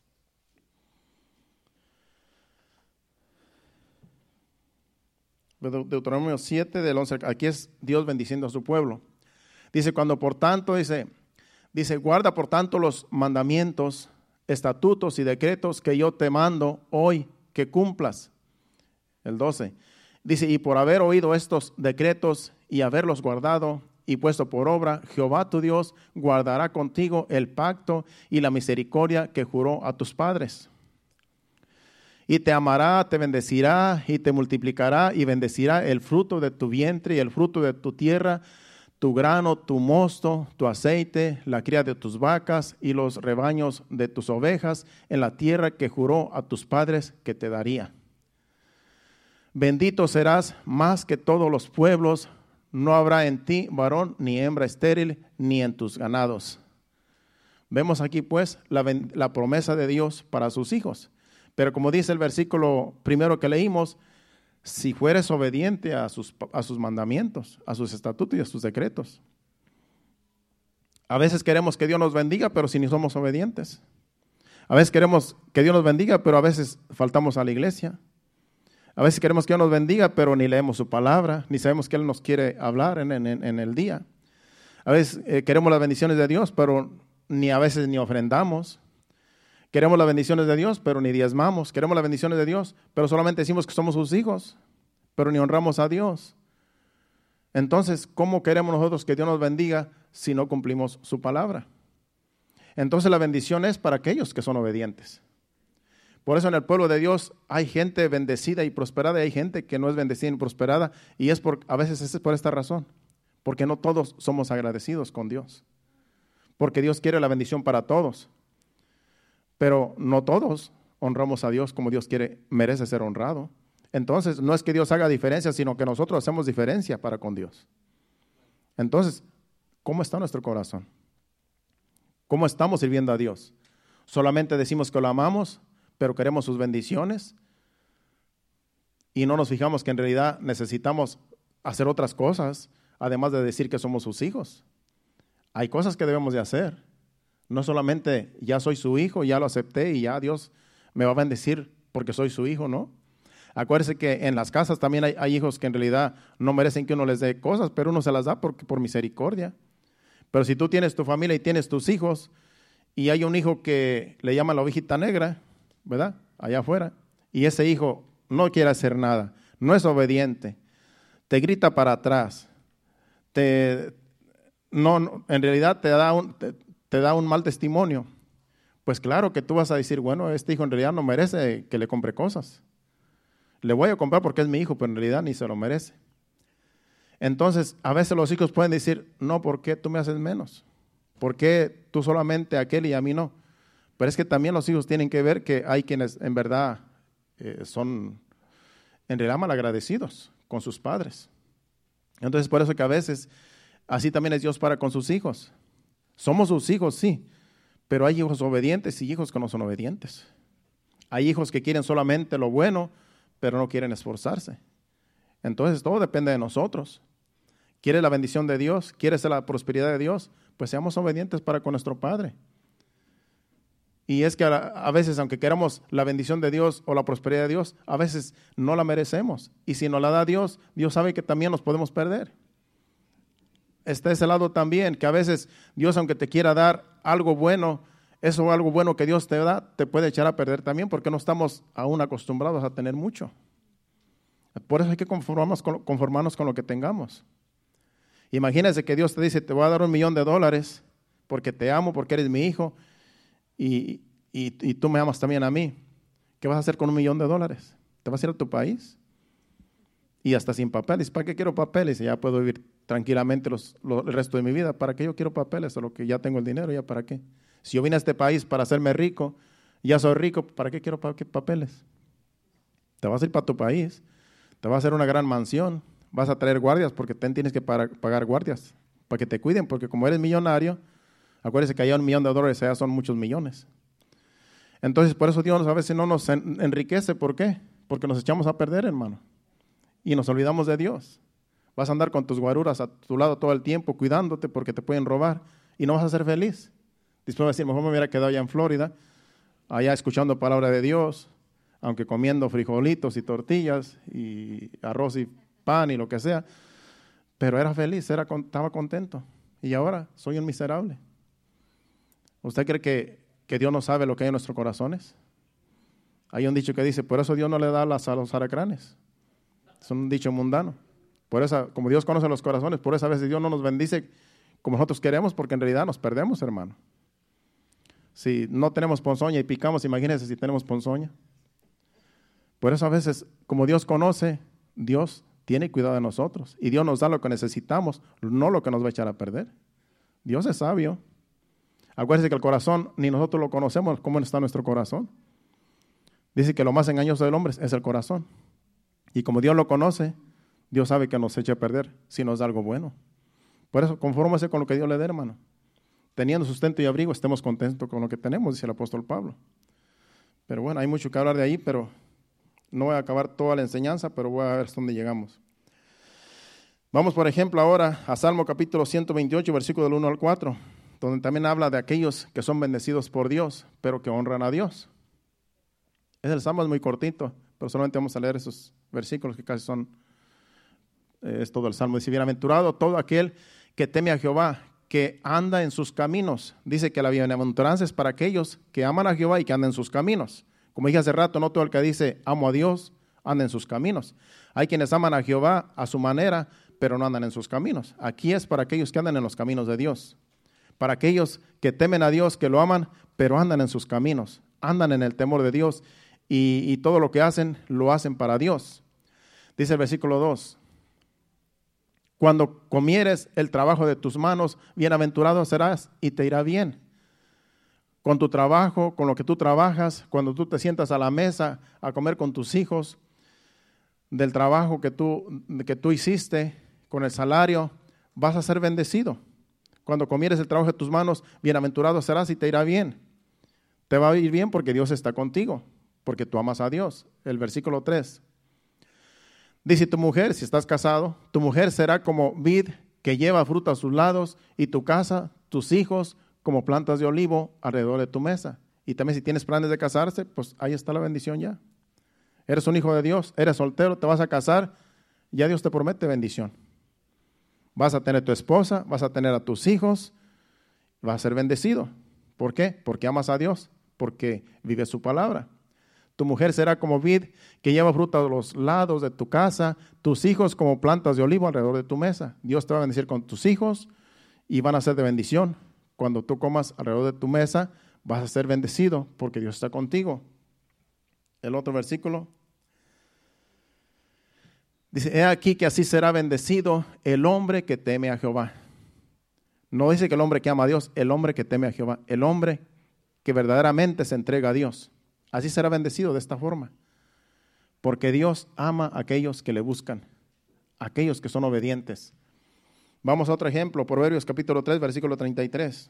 Deuteronomio 7, del 11, aquí es Dios bendiciendo a su pueblo. Dice, cuando por tanto, dice, Dice, guarda por tanto los mandamientos, estatutos y decretos que yo te mando hoy que cumplas. El 12. Dice, y por haber oído estos decretos y haberlos guardado y puesto por obra, Jehová tu Dios guardará contigo el pacto y la misericordia que juró a tus padres. Y te amará, te bendecirá y te multiplicará y bendecirá el fruto de tu vientre y el fruto de tu tierra, tu grano, tu mosto, tu aceite, la cría de tus vacas y los rebaños de tus ovejas en la tierra que juró a tus padres que te daría. Bendito serás más que todos los pueblos, no habrá en ti varón ni hembra estéril, ni en tus ganados. Vemos aquí pues la promesa de Dios para sus hijos. Pero como dice el versículo primero que leímos, si fueres obediente a sus mandamientos, a sus estatutos y a sus decretos. A veces queremos que Dios nos bendiga, pero si ni somos obedientes. A veces queremos que Dios nos bendiga, pero a veces faltamos a la iglesia. A veces queremos que Dios nos bendiga, pero ni leemos su palabra, ni sabemos que Él nos quiere hablar en el día. A veces queremos las bendiciones de Dios, pero a veces ni ofrendamos. Queremos las bendiciones de Dios, pero ni diezmamos. Queremos las bendiciones de Dios, pero solamente decimos que somos sus hijos, pero ni honramos a Dios. Entonces, ¿cómo queremos nosotros que Dios nos bendiga si no cumplimos su palabra? Entonces la bendición es para aquellos que son obedientes. Por eso en el pueblo de Dios hay gente bendecida y prosperada y hay gente que no es bendecida y prosperada, y a veces es por esta razón, porque no todos somos agradecidos con Dios, porque Dios quiere la bendición para todos. Pero no todos honramos a Dios como Dios merece ser honrado. Entonces, no es que Dios haga diferencia, sino que nosotros hacemos diferencia para con Dios. Entonces, ¿cómo está nuestro corazón? ¿Cómo estamos sirviendo a Dios? ¿Solamente decimos que lo amamos, pero queremos sus bendiciones? Y no nos fijamos que en realidad necesitamos hacer otras cosas, además de decir que somos sus hijos. Hay cosas que debemos de hacer. No solamente ya soy su hijo, ya lo acepté y ya Dios me va a bendecir porque soy su hijo, ¿no? Acuérdese que en las casas también hay hijos que en realidad no merecen que uno les dé cosas, pero uno se las da por misericordia. Pero si tú tienes tu familia y tienes tus hijos y hay un hijo que le llaman la ovejita negra, ¿verdad? Allá afuera, y ese hijo no quiere hacer nada, no es obediente, te grita para atrás, en realidad te da un mal testimonio, pues claro que tú vas a decir, bueno, este hijo en realidad no merece que le compre cosas. Le voy a comprar porque es mi hijo, pero en realidad ni se lo merece. Entonces, a veces los hijos pueden decir, no, ¿por qué tú me haces menos? ¿Por qué tú solamente a aquel y a mí no? Pero es que también los hijos tienen que ver que hay quienes en verdad son en realidad malagradecidos con sus padres. Entonces, por eso que a veces así también es Dios para con sus hijos. Somos sus hijos, sí, pero hay hijos obedientes y hijos que no son obedientes. Hay hijos que quieren solamente lo bueno, pero no quieren esforzarse. Entonces todo depende de nosotros. ¿Quieres la bendición de Dios? ¿Quieres la prosperidad de Dios? Pues seamos obedientes para con nuestro Padre. Y es que a veces, aunque queramos la bendición de Dios o la prosperidad de Dios, a veces no la merecemos. Y si nos la da Dios, Dios sabe que también nos podemos perder. Está ese lado también, que a veces Dios, aunque te quiera dar algo bueno, eso algo bueno que Dios te da, te puede echar a perder también, porque no estamos aún acostumbrados a tener mucho. Por eso hay que conformarnos con lo que tengamos. Imagínense que Dios te dice, te voy a dar $1,000,000 porque te amo, porque eres mi hijo, y tú me amas también a mí. ¿Qué vas a hacer con $1,000,000? ¿Te vas a ir a tu país? Y hasta sin papeles. ¿Para qué quiero papeles? Y ya puedo vivir tranquilamente el resto de mi vida. ¿Para qué yo quiero papeles? Solo que ya tengo el dinero, ¿ya para qué? Si yo vine a este país para hacerme rico, ya soy rico, ¿para qué quiero papeles? Te vas a ir para tu país, te vas a hacer una gran mansión, vas a traer guardias porque tienes que pagar guardias para que te cuiden, porque como eres millonario, acuérdense que allá $1,000,000, allá son muchos millones. Entonces, por eso Dios a veces no nos enriquece. ¿Por qué? Porque nos echamos a perder, hermano. Y nos olvidamos de Dios. Vas a andar con tus guaruras a tu lado todo el tiempo, cuidándote porque te pueden robar y no vas a ser feliz. Después vas a decir, mejor me hubiera quedado allá en Florida, allá escuchando palabra de Dios, aunque comiendo frijolitos y tortillas y arroz y pan y lo que sea, pero era feliz, estaba contento. Y ahora soy un miserable. ¿Usted cree que Dios no sabe lo que hay en nuestros corazones? Hay un dicho que dice, por eso Dios no le da alas a los alacranes. Es un dicho mundano. Por eso, como Dios conoce los corazones, por eso a veces Dios no nos bendice como nosotros queremos, porque en realidad nos perdemos, hermano. Si no tenemos ponzoña y picamos, imagínense si tenemos ponzoña. Por eso a veces, como Dios conoce, Dios tiene cuidado de nosotros. Y Dios nos da lo que necesitamos, no lo que nos va a echar a perder. Dios es sabio. Acuérdense que el corazón, ni nosotros lo conocemos, cómo está nuestro corazón. Dice que lo más engañoso del hombre es el corazón. Y como Dios lo conoce, Dios sabe que nos echa a perder si nos da algo bueno. Por eso, confórmese con lo que Dios le dé, hermano. Teniendo sustento y abrigo, estemos contentos con lo que tenemos, dice el apóstol Pablo. Pero bueno, hay mucho que hablar de ahí, pero no voy a acabar toda la enseñanza, pero voy a ver hasta dónde llegamos. Vamos, por ejemplo, ahora a Salmo capítulo 128, versículo del 1 al 4, donde también habla de aquellos que son bendecidos por Dios, pero que honran a Dios. El Salmo es muy cortito, pero solamente vamos a leer esos versículos que casi son, es todo el Salmo. Dice, bienaventurado todo aquel que teme a Jehová, que anda en sus caminos. Dice que la bienaventuranza es para aquellos que aman a Jehová y que andan en sus caminos. Como dije hace rato, no todo el que dice amo a Dios anda en sus caminos. Hay quienes aman a Jehová a su manera, pero no andan en sus caminos. Aquí es para aquellos que andan en los caminos de Dios. Para aquellos que temen a Dios, que lo aman, pero andan en sus caminos. Andan en el temor de Dios y todo lo que hacen, lo hacen para Dios. Dice el versículo 2. Cuando comieres el trabajo de tus manos, bienaventurado serás y te irá bien. Con tu trabajo, con lo que tú trabajas, cuando tú te sientas a la mesa a comer con tus hijos, del trabajo que tú hiciste, con el salario, vas a ser bendecido. Cuando comieres el trabajo de tus manos, bienaventurado serás y te irá bien. Te va a ir bien porque Dios está contigo, porque tú amas a Dios. El versículo 3. Dice tu mujer, si estás casado, tu mujer será como vid que lleva fruta a sus lados, y tu casa, tus hijos, como plantas de olivo alrededor de tu mesa. Y también si tienes planes de casarse, pues ahí está la bendición ya. Eres un hijo de Dios, eres soltero, te vas a casar, ya Dios te promete bendición. Vas a tener tu esposa, vas a tener a tus hijos, vas a ser bendecido. ¿Por qué? Porque amas a Dios, porque vives su palabra. Tu mujer será como vid que lleva fruta a los lados de tu casa, tus hijos como plantas de olivo alrededor de tu mesa. Dios te va a bendecir con tus hijos y van a ser de bendición. Cuando tú comas alrededor de tu mesa, vas a ser bendecido porque Dios está contigo. El otro versículo dice, he aquí que así será bendecido el hombre que teme a Jehová. No dice que el hombre que ama a Dios, el hombre que teme a Jehová, el hombre que verdaderamente se entrega a Dios. Así será bendecido de esta forma, porque Dios ama a aquellos que le buscan, a aquellos que son obedientes. Vamos a otro ejemplo, Proverbios capítulo 3, versículo 33.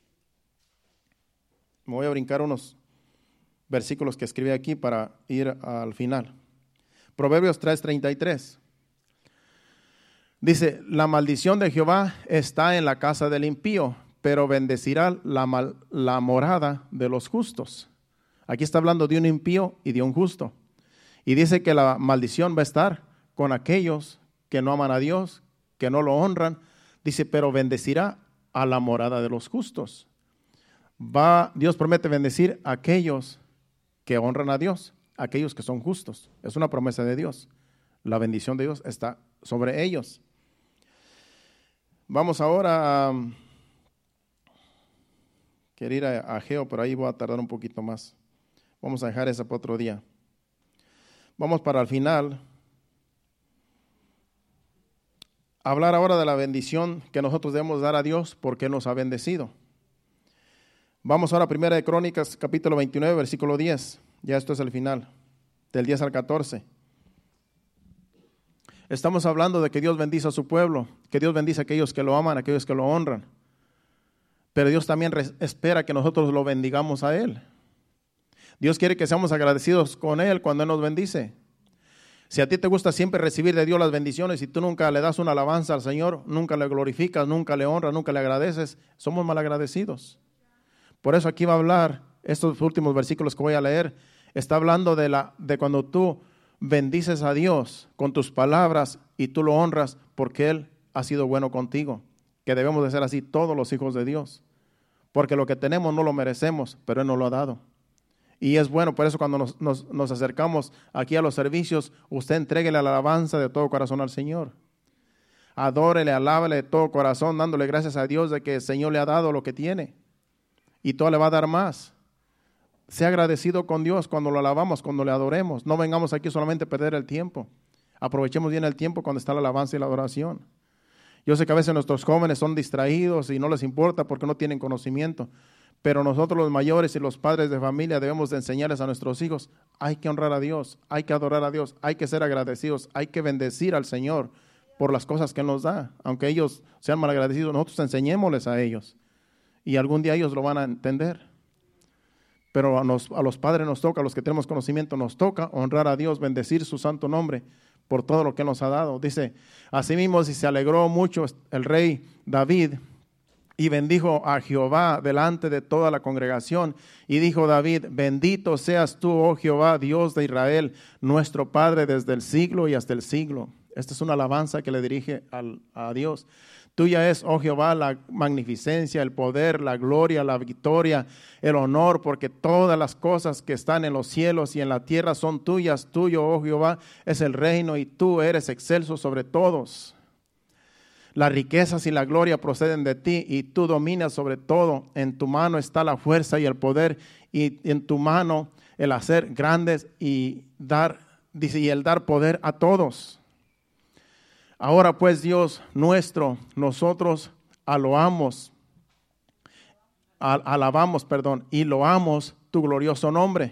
Me voy a brincar unos versículos que escribí aquí para ir al final. Proverbios 3, 33. Dice, la maldición de Jehová está en la casa del impío, pero bendecirá la morada de los justos. Aquí está hablando de un impío y de un justo. Y dice que la maldición va a estar con aquellos que no aman a Dios, que no lo honran. Dice, pero bendecirá a la morada de los justos. Dios promete bendecir a aquellos que honran a Dios, aquellos que son justos. Es una promesa de Dios. La bendición de Dios está sobre ellos. Vamos ahora quiero ir a Ageo, pero ahí voy a tardar un poquito más. Vamos a dejar esa para otro día. Vamos para el final. Hablar ahora de la bendición que nosotros debemos dar a Dios porque Él nos ha bendecido. Vamos ahora a Primera de Crónicas, capítulo 29, versículo 10. Ya esto es el final, del 10 al 14. Estamos hablando de que Dios bendice a su pueblo, que Dios bendice a aquellos que lo aman, a aquellos que lo honran. Pero Dios también espera que nosotros lo bendigamos a Él. Dios quiere que seamos agradecidos con Él cuando Él nos bendice. Si a ti te gusta siempre recibir de Dios las bendiciones y tú nunca le das una alabanza al Señor, nunca le glorificas, nunca le honras, nunca le agradeces, somos malagradecidos. Por eso aquí va a hablar, estos últimos versículos que voy a leer, está hablando de cuando tú bendices a Dios con tus palabras y tú lo honras porque Él ha sido bueno contigo, que debemos de ser así todos los hijos de Dios. porque lo que tenemos no lo merecemos, pero Él nos lo ha dado. Y es bueno, por eso cuando nos acercamos aquí a los servicios, usted entréguele la alabanza de todo corazón al Señor. Adórele, alábale de todo corazón, dándole gracias a Dios de que el Señor le ha dado lo que tiene. Y todo le va a dar más. Sea agradecido con Dios cuando lo alabamos, cuando le adoremos. No vengamos aquí solamente a perder el tiempo. Aprovechemos bien el tiempo cuando está la alabanza y la adoración. Yo sé que a veces nuestros jóvenes son distraídos y no les importa porque no tienen conocimiento. Pero nosotros los mayores y los padres de familia debemos de enseñarles a nuestros hijos, hay que honrar a Dios, hay que adorar a Dios, hay que ser agradecidos, hay que bendecir al Señor por las cosas que Él nos da. Aunque ellos sean malagradecidos, nosotros enseñémosles a ellos. Y algún día ellos lo van a entender. Pero a los padres nos toca, a los que tenemos conocimiento, nos toca honrar a Dios, bendecir su santo nombre por todo lo que Él nos ha dado. Dice, asimismo, si se alegró mucho el rey David y bendijo a Jehová delante de toda la congregación. Y dijo David, bendito seas tú, oh Jehová, Dios de Israel, nuestro Padre desde el siglo y hasta el siglo. Esta es una alabanza que le dirige a Dios. Tuya es, oh Jehová, la magnificencia, el poder, la gloria, la victoria, el honor, porque todas las cosas que están en los cielos y en la tierra son tuyas. Tuyo, oh Jehová, es el reino y tú eres excelso sobre todos. Las riquezas y la gloria proceden de ti y tú dominas sobre todo. En tu mano está la fuerza y el poder y en tu mano el hacer grandes y dar, dice, y el dar poder a todos. Ahora pues, Dios nuestro, nosotros alabamos y loamos tu glorioso nombre.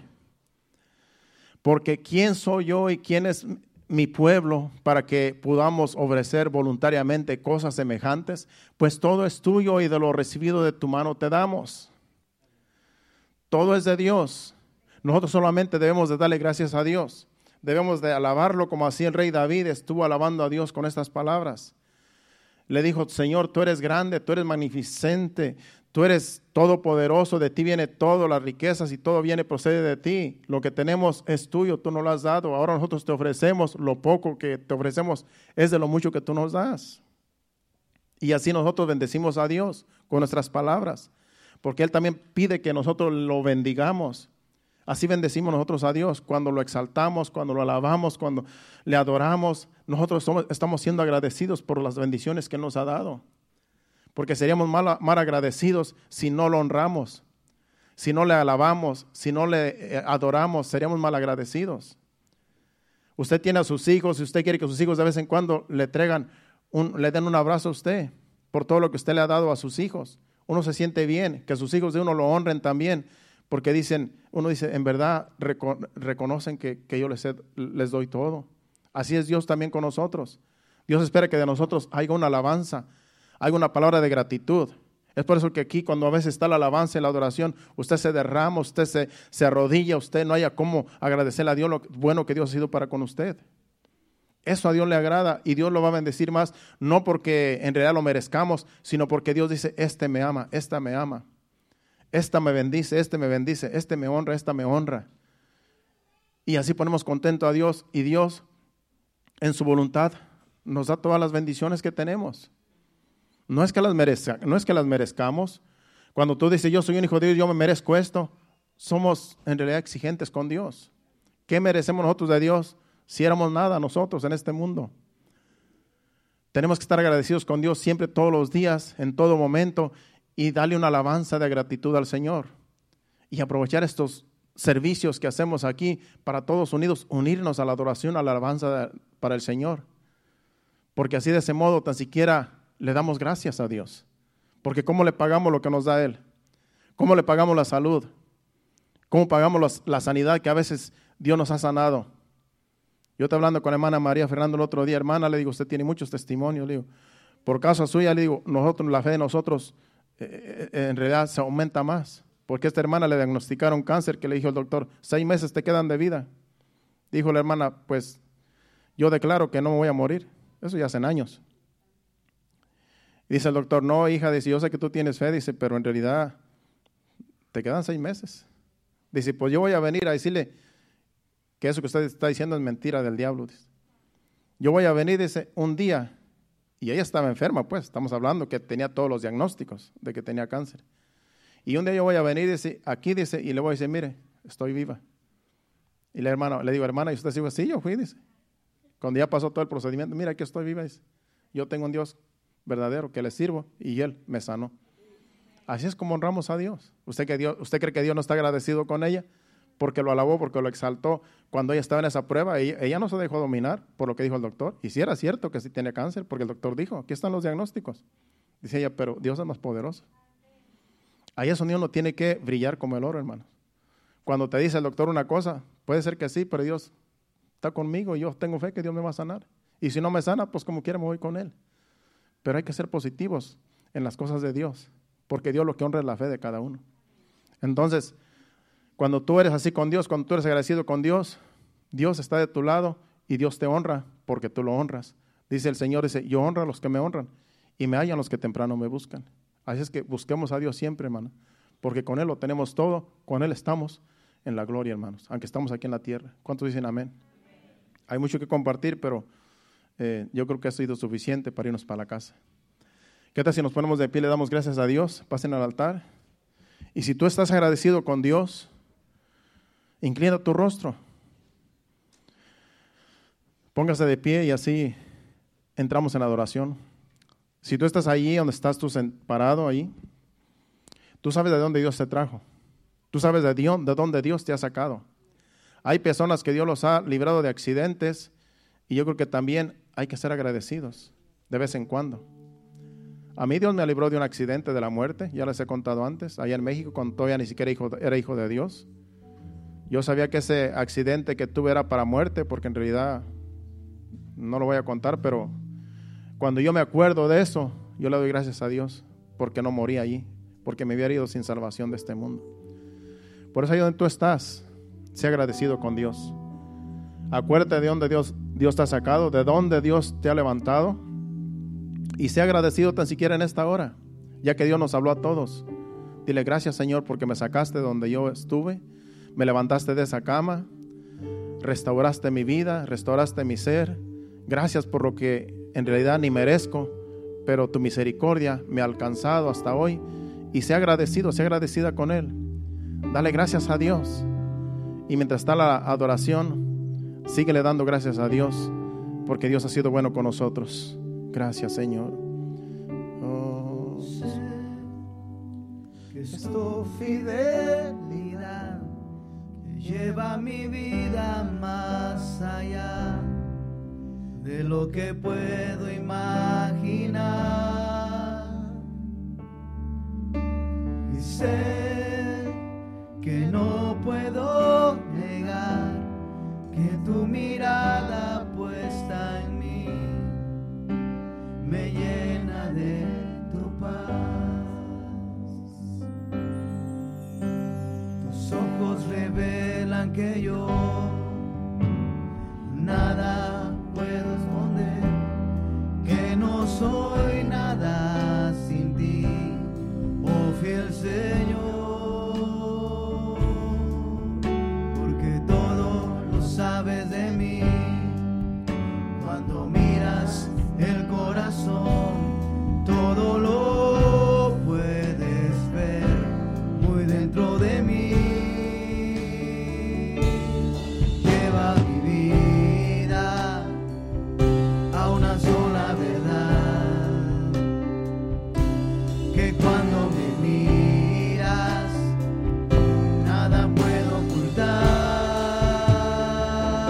Porque ¿quién soy yo y quién es mi pueblo para que podamos ofrecer voluntariamente cosas semejantes? Pues todo es tuyo y de lo recibido de tu mano te damos. Todo es de Dios. Nosotros solamente debemos de darle gracias a Dios. Debemos de alabarlo como así el rey David estuvo alabando a Dios con estas palabras. Le dijo, Señor, tú eres grande, tú eres magnificente, tú eres todopoderoso, de ti viene todo, las riquezas y todo procede de ti. Lo que tenemos es tuyo, tú nos lo has dado. Ahora nosotros te ofrecemos, lo poco que te ofrecemos es de lo mucho que tú nos das. Y así nosotros bendecimos a Dios con nuestras palabras, porque Él también pide que nosotros lo bendigamos. Así bendecimos nosotros a Dios cuando lo exaltamos, cuando lo alabamos, cuando le adoramos. Nosotros estamos siendo agradecidos por las bendiciones que Él nos ha dado. Porque seríamos mal agradecidos si no lo honramos, si no le alabamos, si no le adoramos, seríamos mal agradecidos. Usted tiene a sus hijos y usted quiere que sus hijos de vez en cuando le den un abrazo a usted por todo lo que usted le ha dado a sus hijos. Uno se siente bien, que sus hijos de uno lo honren también. Porque uno dice, en verdad reconocen que yo les doy todo. Así es Dios también con nosotros. Dios espera que de nosotros haya una alabanza, haya una palabra de gratitud. Es por eso que aquí cuando a veces está la alabanza y la adoración, usted se derrama, usted se arrodilla, usted no haya cómo agradecerle a Dios lo bueno que Dios ha sido para con usted. Eso a Dios le agrada y Dios lo va a bendecir más, no porque en realidad lo merezcamos, sino porque Dios dice, este me ama, esta me ama. Esta me bendice, este me honra, esta me honra. Y así ponemos contento a Dios y Dios en su voluntad nos da todas las bendiciones que tenemos. No es que las merezcamos. Cuando tú dices, yo soy un hijo de Dios, yo me merezco esto, somos en realidad exigentes con Dios. ¿Qué merecemos nosotros de Dios si éramos nada nosotros en este mundo? Tenemos que estar agradecidos con Dios siempre, todos los días, en todo momento, y darle una alabanza de gratitud al Señor. Y aprovechar estos servicios que hacemos aquí para todos unidos, unirnos a la adoración, a la alabanza para el Señor. Porque así de ese modo tan siquiera le damos gracias a Dios. Porque ¿cómo le pagamos lo que nos da Él? ¿Cómo le pagamos la salud? ¿Cómo pagamos la sanidad que a veces Dios nos ha sanado? Yo estoy hablando con la hermana María Fernando el otro día. Hermana, le digo, usted tiene muchos testimonios. Le digo, por causa suya, le digo, la fe de nosotros en realidad se aumenta más, porque a esta hermana le diagnosticaron cáncer, que le dijo el doctor, 6 meses te quedan de vida. Dijo la hermana, pues yo declaro que no me voy a morir. Eso ya hacen años. Y dice el doctor, no hija, dice, yo sé que tú tienes fe, dice, pero en realidad te quedan 6 meses. Dice, pues yo voy a venir a decirle que eso que usted está diciendo es mentira del diablo. Dice. Yo voy a venir, dice, un día. Y ella estaba enferma, pues, estamos hablando que tenía todos los diagnósticos de que tenía cáncer. Y un día yo voy a venir, dice, aquí, dice, y le voy a decir, mire, estoy viva. Y la hermana, le digo, hermana, ¿y usted sigue? Sí, yo fui, dice. Cuando ya pasó todo el procedimiento, mira, aquí estoy viva, dice. Yo tengo un Dios verdadero que le sirvo y Él me sanó. Así es como honramos a Dios. ¿Usted cree que Dios no está agradecido con ella? Porque lo alabó, porque lo exaltó. Cuando ella estaba en esa prueba, ella no se dejó dominar por lo que dijo el doctor. Y si era cierto que sí tiene cáncer, porque el doctor dijo, aquí están los diagnósticos. Dice ella, pero Dios es más poderoso. Ahí es donde uno tiene que brillar como el oro, hermanos. Cuando te dice el doctor una cosa, puede ser que sí, pero Dios está conmigo y yo tengo fe que Dios me va a sanar. Y si no me sana, pues como quiera me voy con Él. Pero hay que ser positivos en las cosas de Dios, porque Dios lo que honra es la fe de cada uno. Entonces, cuando tú eres así con Dios, cuando tú eres agradecido con Dios, Dios está de tu lado y Dios te honra porque tú lo honras. Dice el Señor, dice, yo honro a los que me honran y me hallan los que temprano me buscan. Así es que busquemos a Dios siempre, hermano, porque con Él lo tenemos todo, con Él estamos en la gloria, hermanos, aunque estamos aquí en la tierra. ¿Cuántos dicen amén? Hay mucho que compartir, pero yo creo que ha sido suficiente para irnos para la casa. ¿Qué tal si nos ponemos de pie y le damos gracias a Dios? Pasen al altar. Y si tú estás agradecido con Dios, inclina tu rostro. Póngase de pie y así entramos en adoración. Si tú estás allí donde estás tú parado ahí, tú sabes de dónde Dios te trajo. Tú sabes de dónde Dios te ha sacado. Hay personas que Dios los ha librado de accidentes y yo creo que también hay que ser agradecidos de vez en cuando. A mí Dios me libró de un accidente de la muerte, ya les he contado antes, allá en México, cuando todavía ni siquiera era hijo de Dios. Yo sabía que ese accidente que tuve era para muerte, porque en realidad no lo voy a contar, pero cuando yo me acuerdo de eso, yo le doy gracias a Dios, porque no morí allí, porque me hubiera ido sin salvación de este mundo. Por eso ahí donde tú estás, sé agradecido con Dios. Acuérdate de dónde Dios te ha sacado, de dónde Dios te ha levantado, y sé agradecido tan siquiera en esta hora, ya que Dios nos habló a todos. Dile gracias, Señor, porque me sacaste de donde yo estuve, me levantaste de esa cama, restauraste mi vida, restauraste mi ser. Gracias por lo que en realidad ni merezco, pero tu misericordia me ha alcanzado hasta hoy. Y sé agradecido, sé agradecida con Él. Dale gracias a Dios. Y mientras está la adoración, síguele dando gracias a Dios, porque Dios ha sido bueno con nosotros. Gracias, Señor. Oh. Sé que es tu fidelidad que lleva mi vida más allá de lo que puedo imaginar. Y sé que no puedo negar que tu mirada puesta en mí me llena de tu paz. Tus ojos revelan que yo nada puedo esconder, que no soy nada sin ti, oh fiel Señor, porque todo lo sabes de mí. Cuando miras el corazón, todo lo puedes ver muy dentro de mí. Lleva mi vida a una sola verdad, que cuando me miras nada puedo ocultar.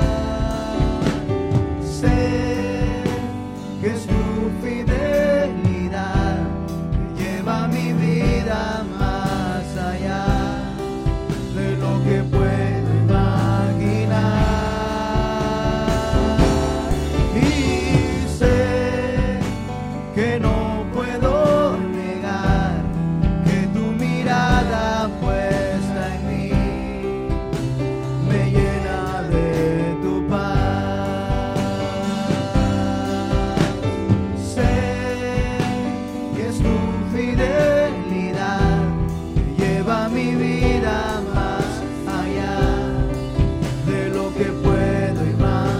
Sé que es tu fidelidad que lleva mi vida más allá de lo que puedo imaginar. Y sé que no puedo negar que tu mirada puesta en mí me llena de tu paz. Sé que es tu fidelidad que lleva mi vida más allá de lo que puedo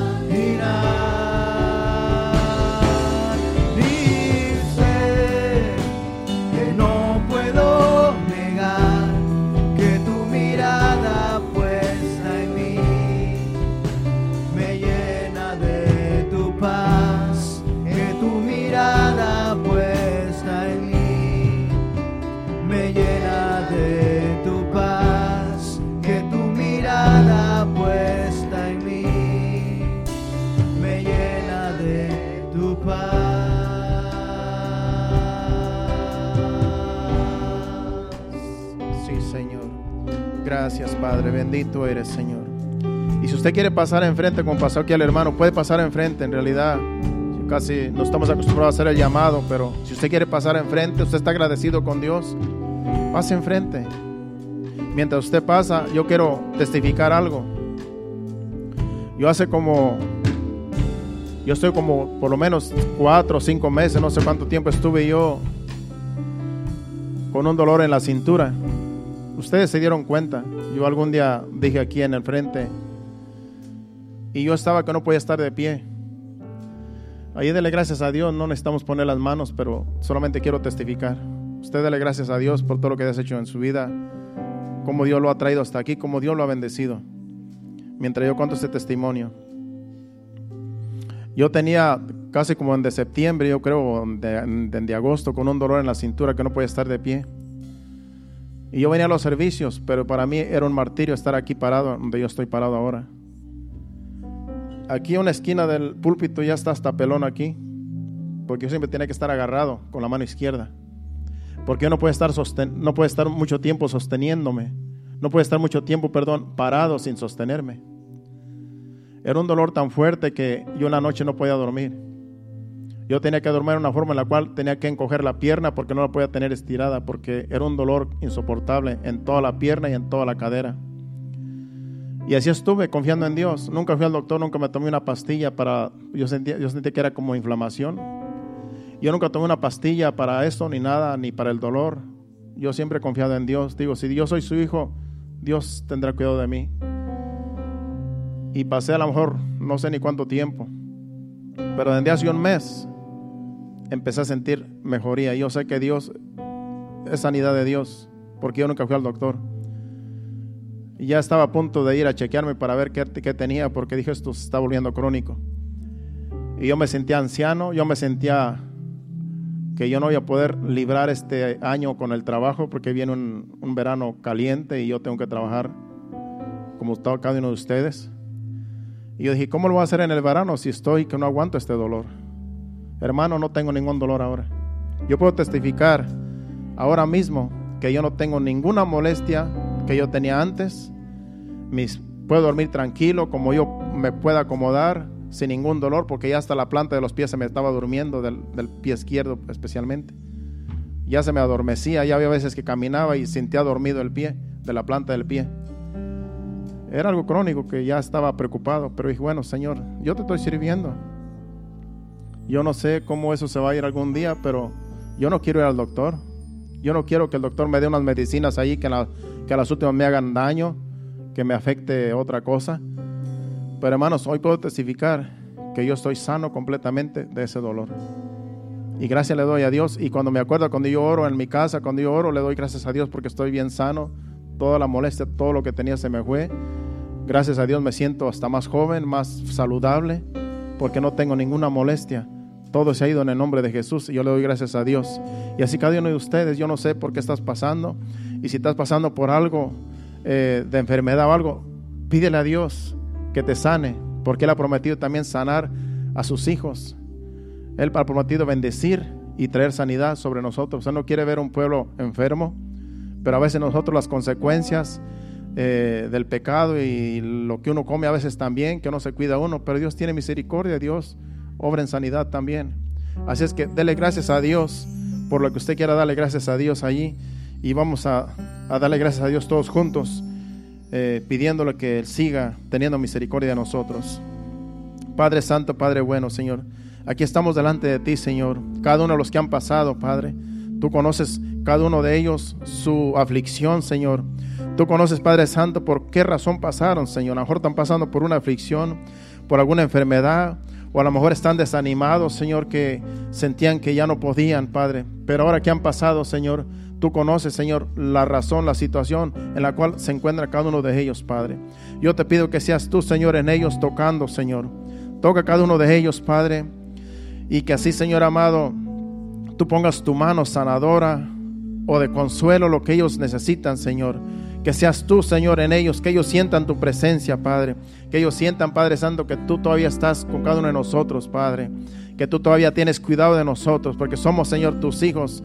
imaginar. Y sé Gracias, Padre, bendito eres, Señor. Y si usted quiere pasar enfrente, como pasó aquí el hermano, puede pasar enfrente. En realidad, casi no estamos acostumbrados a hacer el llamado, pero si usted quiere pasar enfrente, usted está agradecido con Dios, pase enfrente. Mientras usted pasa, yo quiero testificar algo. Yo estoy como por lo menos 4 o 5 meses, no sé cuánto tiempo estuve yo con un dolor en la cintura. Ustedes se dieron cuenta. Yo algún día dije aquí en el frente, y yo estaba que no podía estar de pie. Ahí dele gracias a Dios, no necesitamos poner las manos, pero solamente quiero testificar. Usted dele gracias a Dios por todo lo que has hecho en su vida, cómo Dios lo ha traído hasta aquí, cómo Dios lo ha bendecido. Mientras yo cuento este testimonio, yo tenía casi como de septiembre, yo creo, de agosto, con un dolor en la cintura que no podía estar de pie. Y yo venía a los servicios, pero para mí era un martirio estar aquí parado, donde yo estoy parado ahora. Aquí en una esquina del púlpito ya está hasta pelón aquí, porque yo siempre tenía que estar agarrado con la mano izquierda, porque yo no puedo estar mucho tiempo sosteniéndome, no puedo estar mucho tiempo, parado sin sostenerme. Era un dolor tan fuerte que yo en la noche no podía dormir. Yo tenía que dormir de una forma en la cual tenía que encoger la pierna porque no la podía tener estirada, porque era un dolor insoportable en toda la pierna y en toda la cadera. Y así estuve confiando en Dios. Nunca fui al doctor, nunca me tomé una pastilla yo sentía que era como inflamación. Yo nunca tomé una pastilla para eso, ni nada, ni para el dolor. Yo siempre he confiado en Dios. Digo, si yo soy su hijo, Dios tendrá cuidado de mí. Y pasé a lo mejor no sé ni cuánto tiempo, pero desde hace un mes empecé a sentir mejoría. Yo sé que Dios es sanidad de Dios, porque yo nunca fui al doctor. Y ya estaba a punto de ir a chequearme para ver qué tenía, porque dije, esto se está volviendo crónico. Y yo me sentía anciano, yo me sentía que yo no voy a poder librar este año con el trabajo, porque viene un verano caliente y yo tengo que trabajar como está cada uno de ustedes. Y yo dije, ¿cómo lo voy a hacer en el verano si estoy que no aguanto este dolor? Hermano, no tengo ningún dolor ahora. Yo puedo testificar ahora mismo que yo no tengo ninguna molestia que yo tenía antes. Puedo dormir tranquilo, como yo me pueda acomodar, sin ningún dolor, porque ya hasta la planta de los pies se me estaba durmiendo, del pie izquierdo especialmente. Ya se me adormecía, ya había veces que caminaba y sentía dormido el pie, de la planta del pie. Era algo crónico que ya estaba preocupado, pero dije, bueno, Señor, yo te estoy sirviendo. Yo no sé cómo eso se va a ir algún día, pero yo no quiero ir al doctor. Yo no quiero que el doctor me dé unas medicinas ahí que a las últimas me hagan daño, que me afecte otra cosa. Pero hermanos, hoy puedo testificar que yo estoy sano completamente de ese dolor. Y gracias le doy a Dios. Y cuando me acuerdo, cuando yo oro en mi casa, cuando yo oro, le doy gracias a Dios porque estoy bien sano. Toda la molestia, todo lo que tenía se me fue. Gracias a Dios me siento hasta más joven, más saludable, porque no tengo ninguna molestia. Todo se ha ido en el nombre de Jesús y yo le doy gracias a Dios. Y así cada uno de ustedes, yo no sé por qué estás pasando, y si estás pasando por algo de enfermedad o algo, pídele a Dios que te sane, porque Él ha prometido también sanar a sus hijos. Él ha prometido bendecir y traer sanidad sobre nosotros. Él no quiere ver un pueblo enfermo, pero a veces nosotros las consecuencias del pecado y lo que uno come a veces también, que no se cuida uno, pero Dios tiene misericordia, Dios obra en sanidad también. Así es que dele gracias a Dios por lo que usted quiera darle gracias a Dios allí, y vamos a darle gracias a Dios todos juntos, pidiéndole que Él siga teniendo misericordia de nosotros. Padre Santo, Padre bueno, Señor, aquí estamos delante de ti, Señor. Cada uno de los que han pasado, Padre, tú conoces cada uno de ellos, su aflicción, Señor. Tú conoces, Padre Santo, por qué razón pasaron, Señor. A lo mejor están pasando por una aflicción, por alguna enfermedad, o a lo mejor están desanimados, Señor, que sentían que ya no podían, Padre. Pero ahora que han pasado, Señor, tú conoces, Señor, la razón, la situación en la cual se encuentra cada uno de ellos, Padre. Yo te pido que seas tú, Señor, en ellos tocando, Señor. Toca a cada uno de ellos, Padre, y que así, Señor amado, tú pongas tu mano sanadora o de consuelo, lo que ellos necesitan, Señor. Que seas tú, Señor, en ellos, que ellos sientan tu presencia, Padre. Que ellos sientan, Padre Santo, que tú todavía estás con cada uno de nosotros, Padre. Que tú todavía tienes cuidado de nosotros, porque somos, Señor, tus hijos.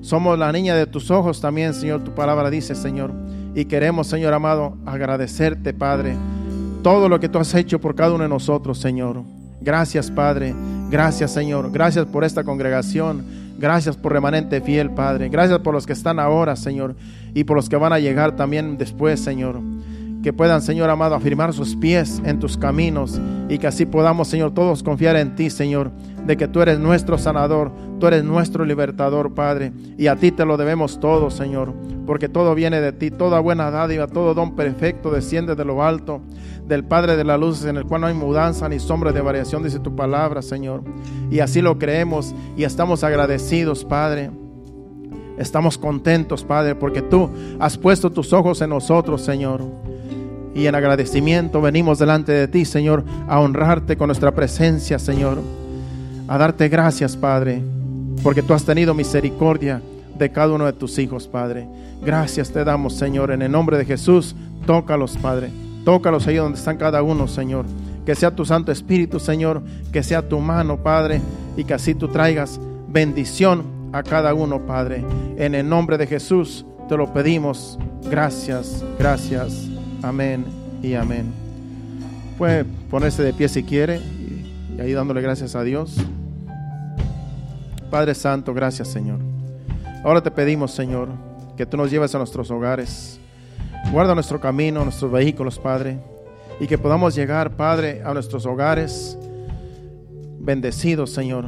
Somos la niña de tus ojos también, Señor, tu palabra dice, Señor. Y queremos, Señor amado, agradecerte, Padre, todo lo que tú has hecho por cada uno de nosotros, Señor. Gracias, Padre. Gracias, Señor. Gracias por esta congregación. Gracias por Remanente Fiel, Padre. Gracias por los que están ahora, Señor, y por los que van a llegar también después, Señor. Que puedan, Señor amado, afirmar sus pies en tus caminos y que así podamos, Señor, todos confiar en ti, Señor, de que tú eres nuestro sanador, tú eres nuestro libertador, Padre, y a ti te lo debemos todo, Señor, porque todo viene de ti, toda buena dádiva, todo don perfecto desciende de lo alto, del Padre de la luz, en el cual no hay mudanza ni sombra de variación, dice tu palabra, Señor, y así lo creemos y estamos agradecidos, Padre. Estamos contentos, Padre, porque tú has puesto tus ojos en nosotros, Señor. Y en agradecimiento venimos delante de ti, Señor, a honrarte con nuestra presencia, Señor. A darte gracias, Padre, porque tú has tenido misericordia de cada uno de tus hijos, Padre. Gracias te damos, Señor, en el nombre de Jesús. Tócalos, Padre. Tócalos ahí donde están cada uno, Señor. Que sea tu Santo Espíritu, Señor. Que sea tu mano, Padre. Y que así tú traigas bendición a cada uno, Padre. En el nombre de Jesús te lo pedimos. Gracias, gracias. Amén y amén. Puede ponerse de pie si quiere y ahí dándole gracias a Dios. Padre Santo, gracias, Señor. Ahora te pedimos, Señor, que tú nos lleves a nuestros hogares. Guarda nuestro camino, nuestros vehículos, Padre, y que podamos llegar, Padre, a nuestros hogares bendecidos, Señor,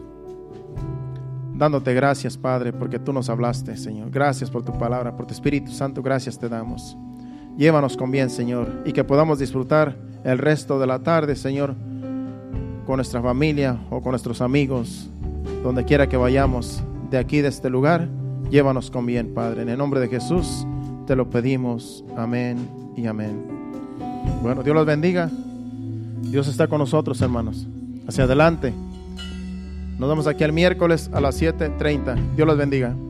dándote gracias, Padre, porque tú nos hablaste, Señor. Gracias por tu palabra, por tu Espíritu Santo, gracias te damos. Llévanos con bien, Señor, y que podamos disfrutar el resto de la tarde, Señor, con nuestra familia o con nuestros amigos, donde quiera que vayamos de aquí, de este lugar. Llévanos con bien, Padre. En el nombre de Jesús te lo pedimos. Amén y amén. Bueno, Dios los bendiga. Dios está con nosotros, hermanos. Hacia adelante. Nos vemos aquí el miércoles a las 7:30. Dios los bendiga.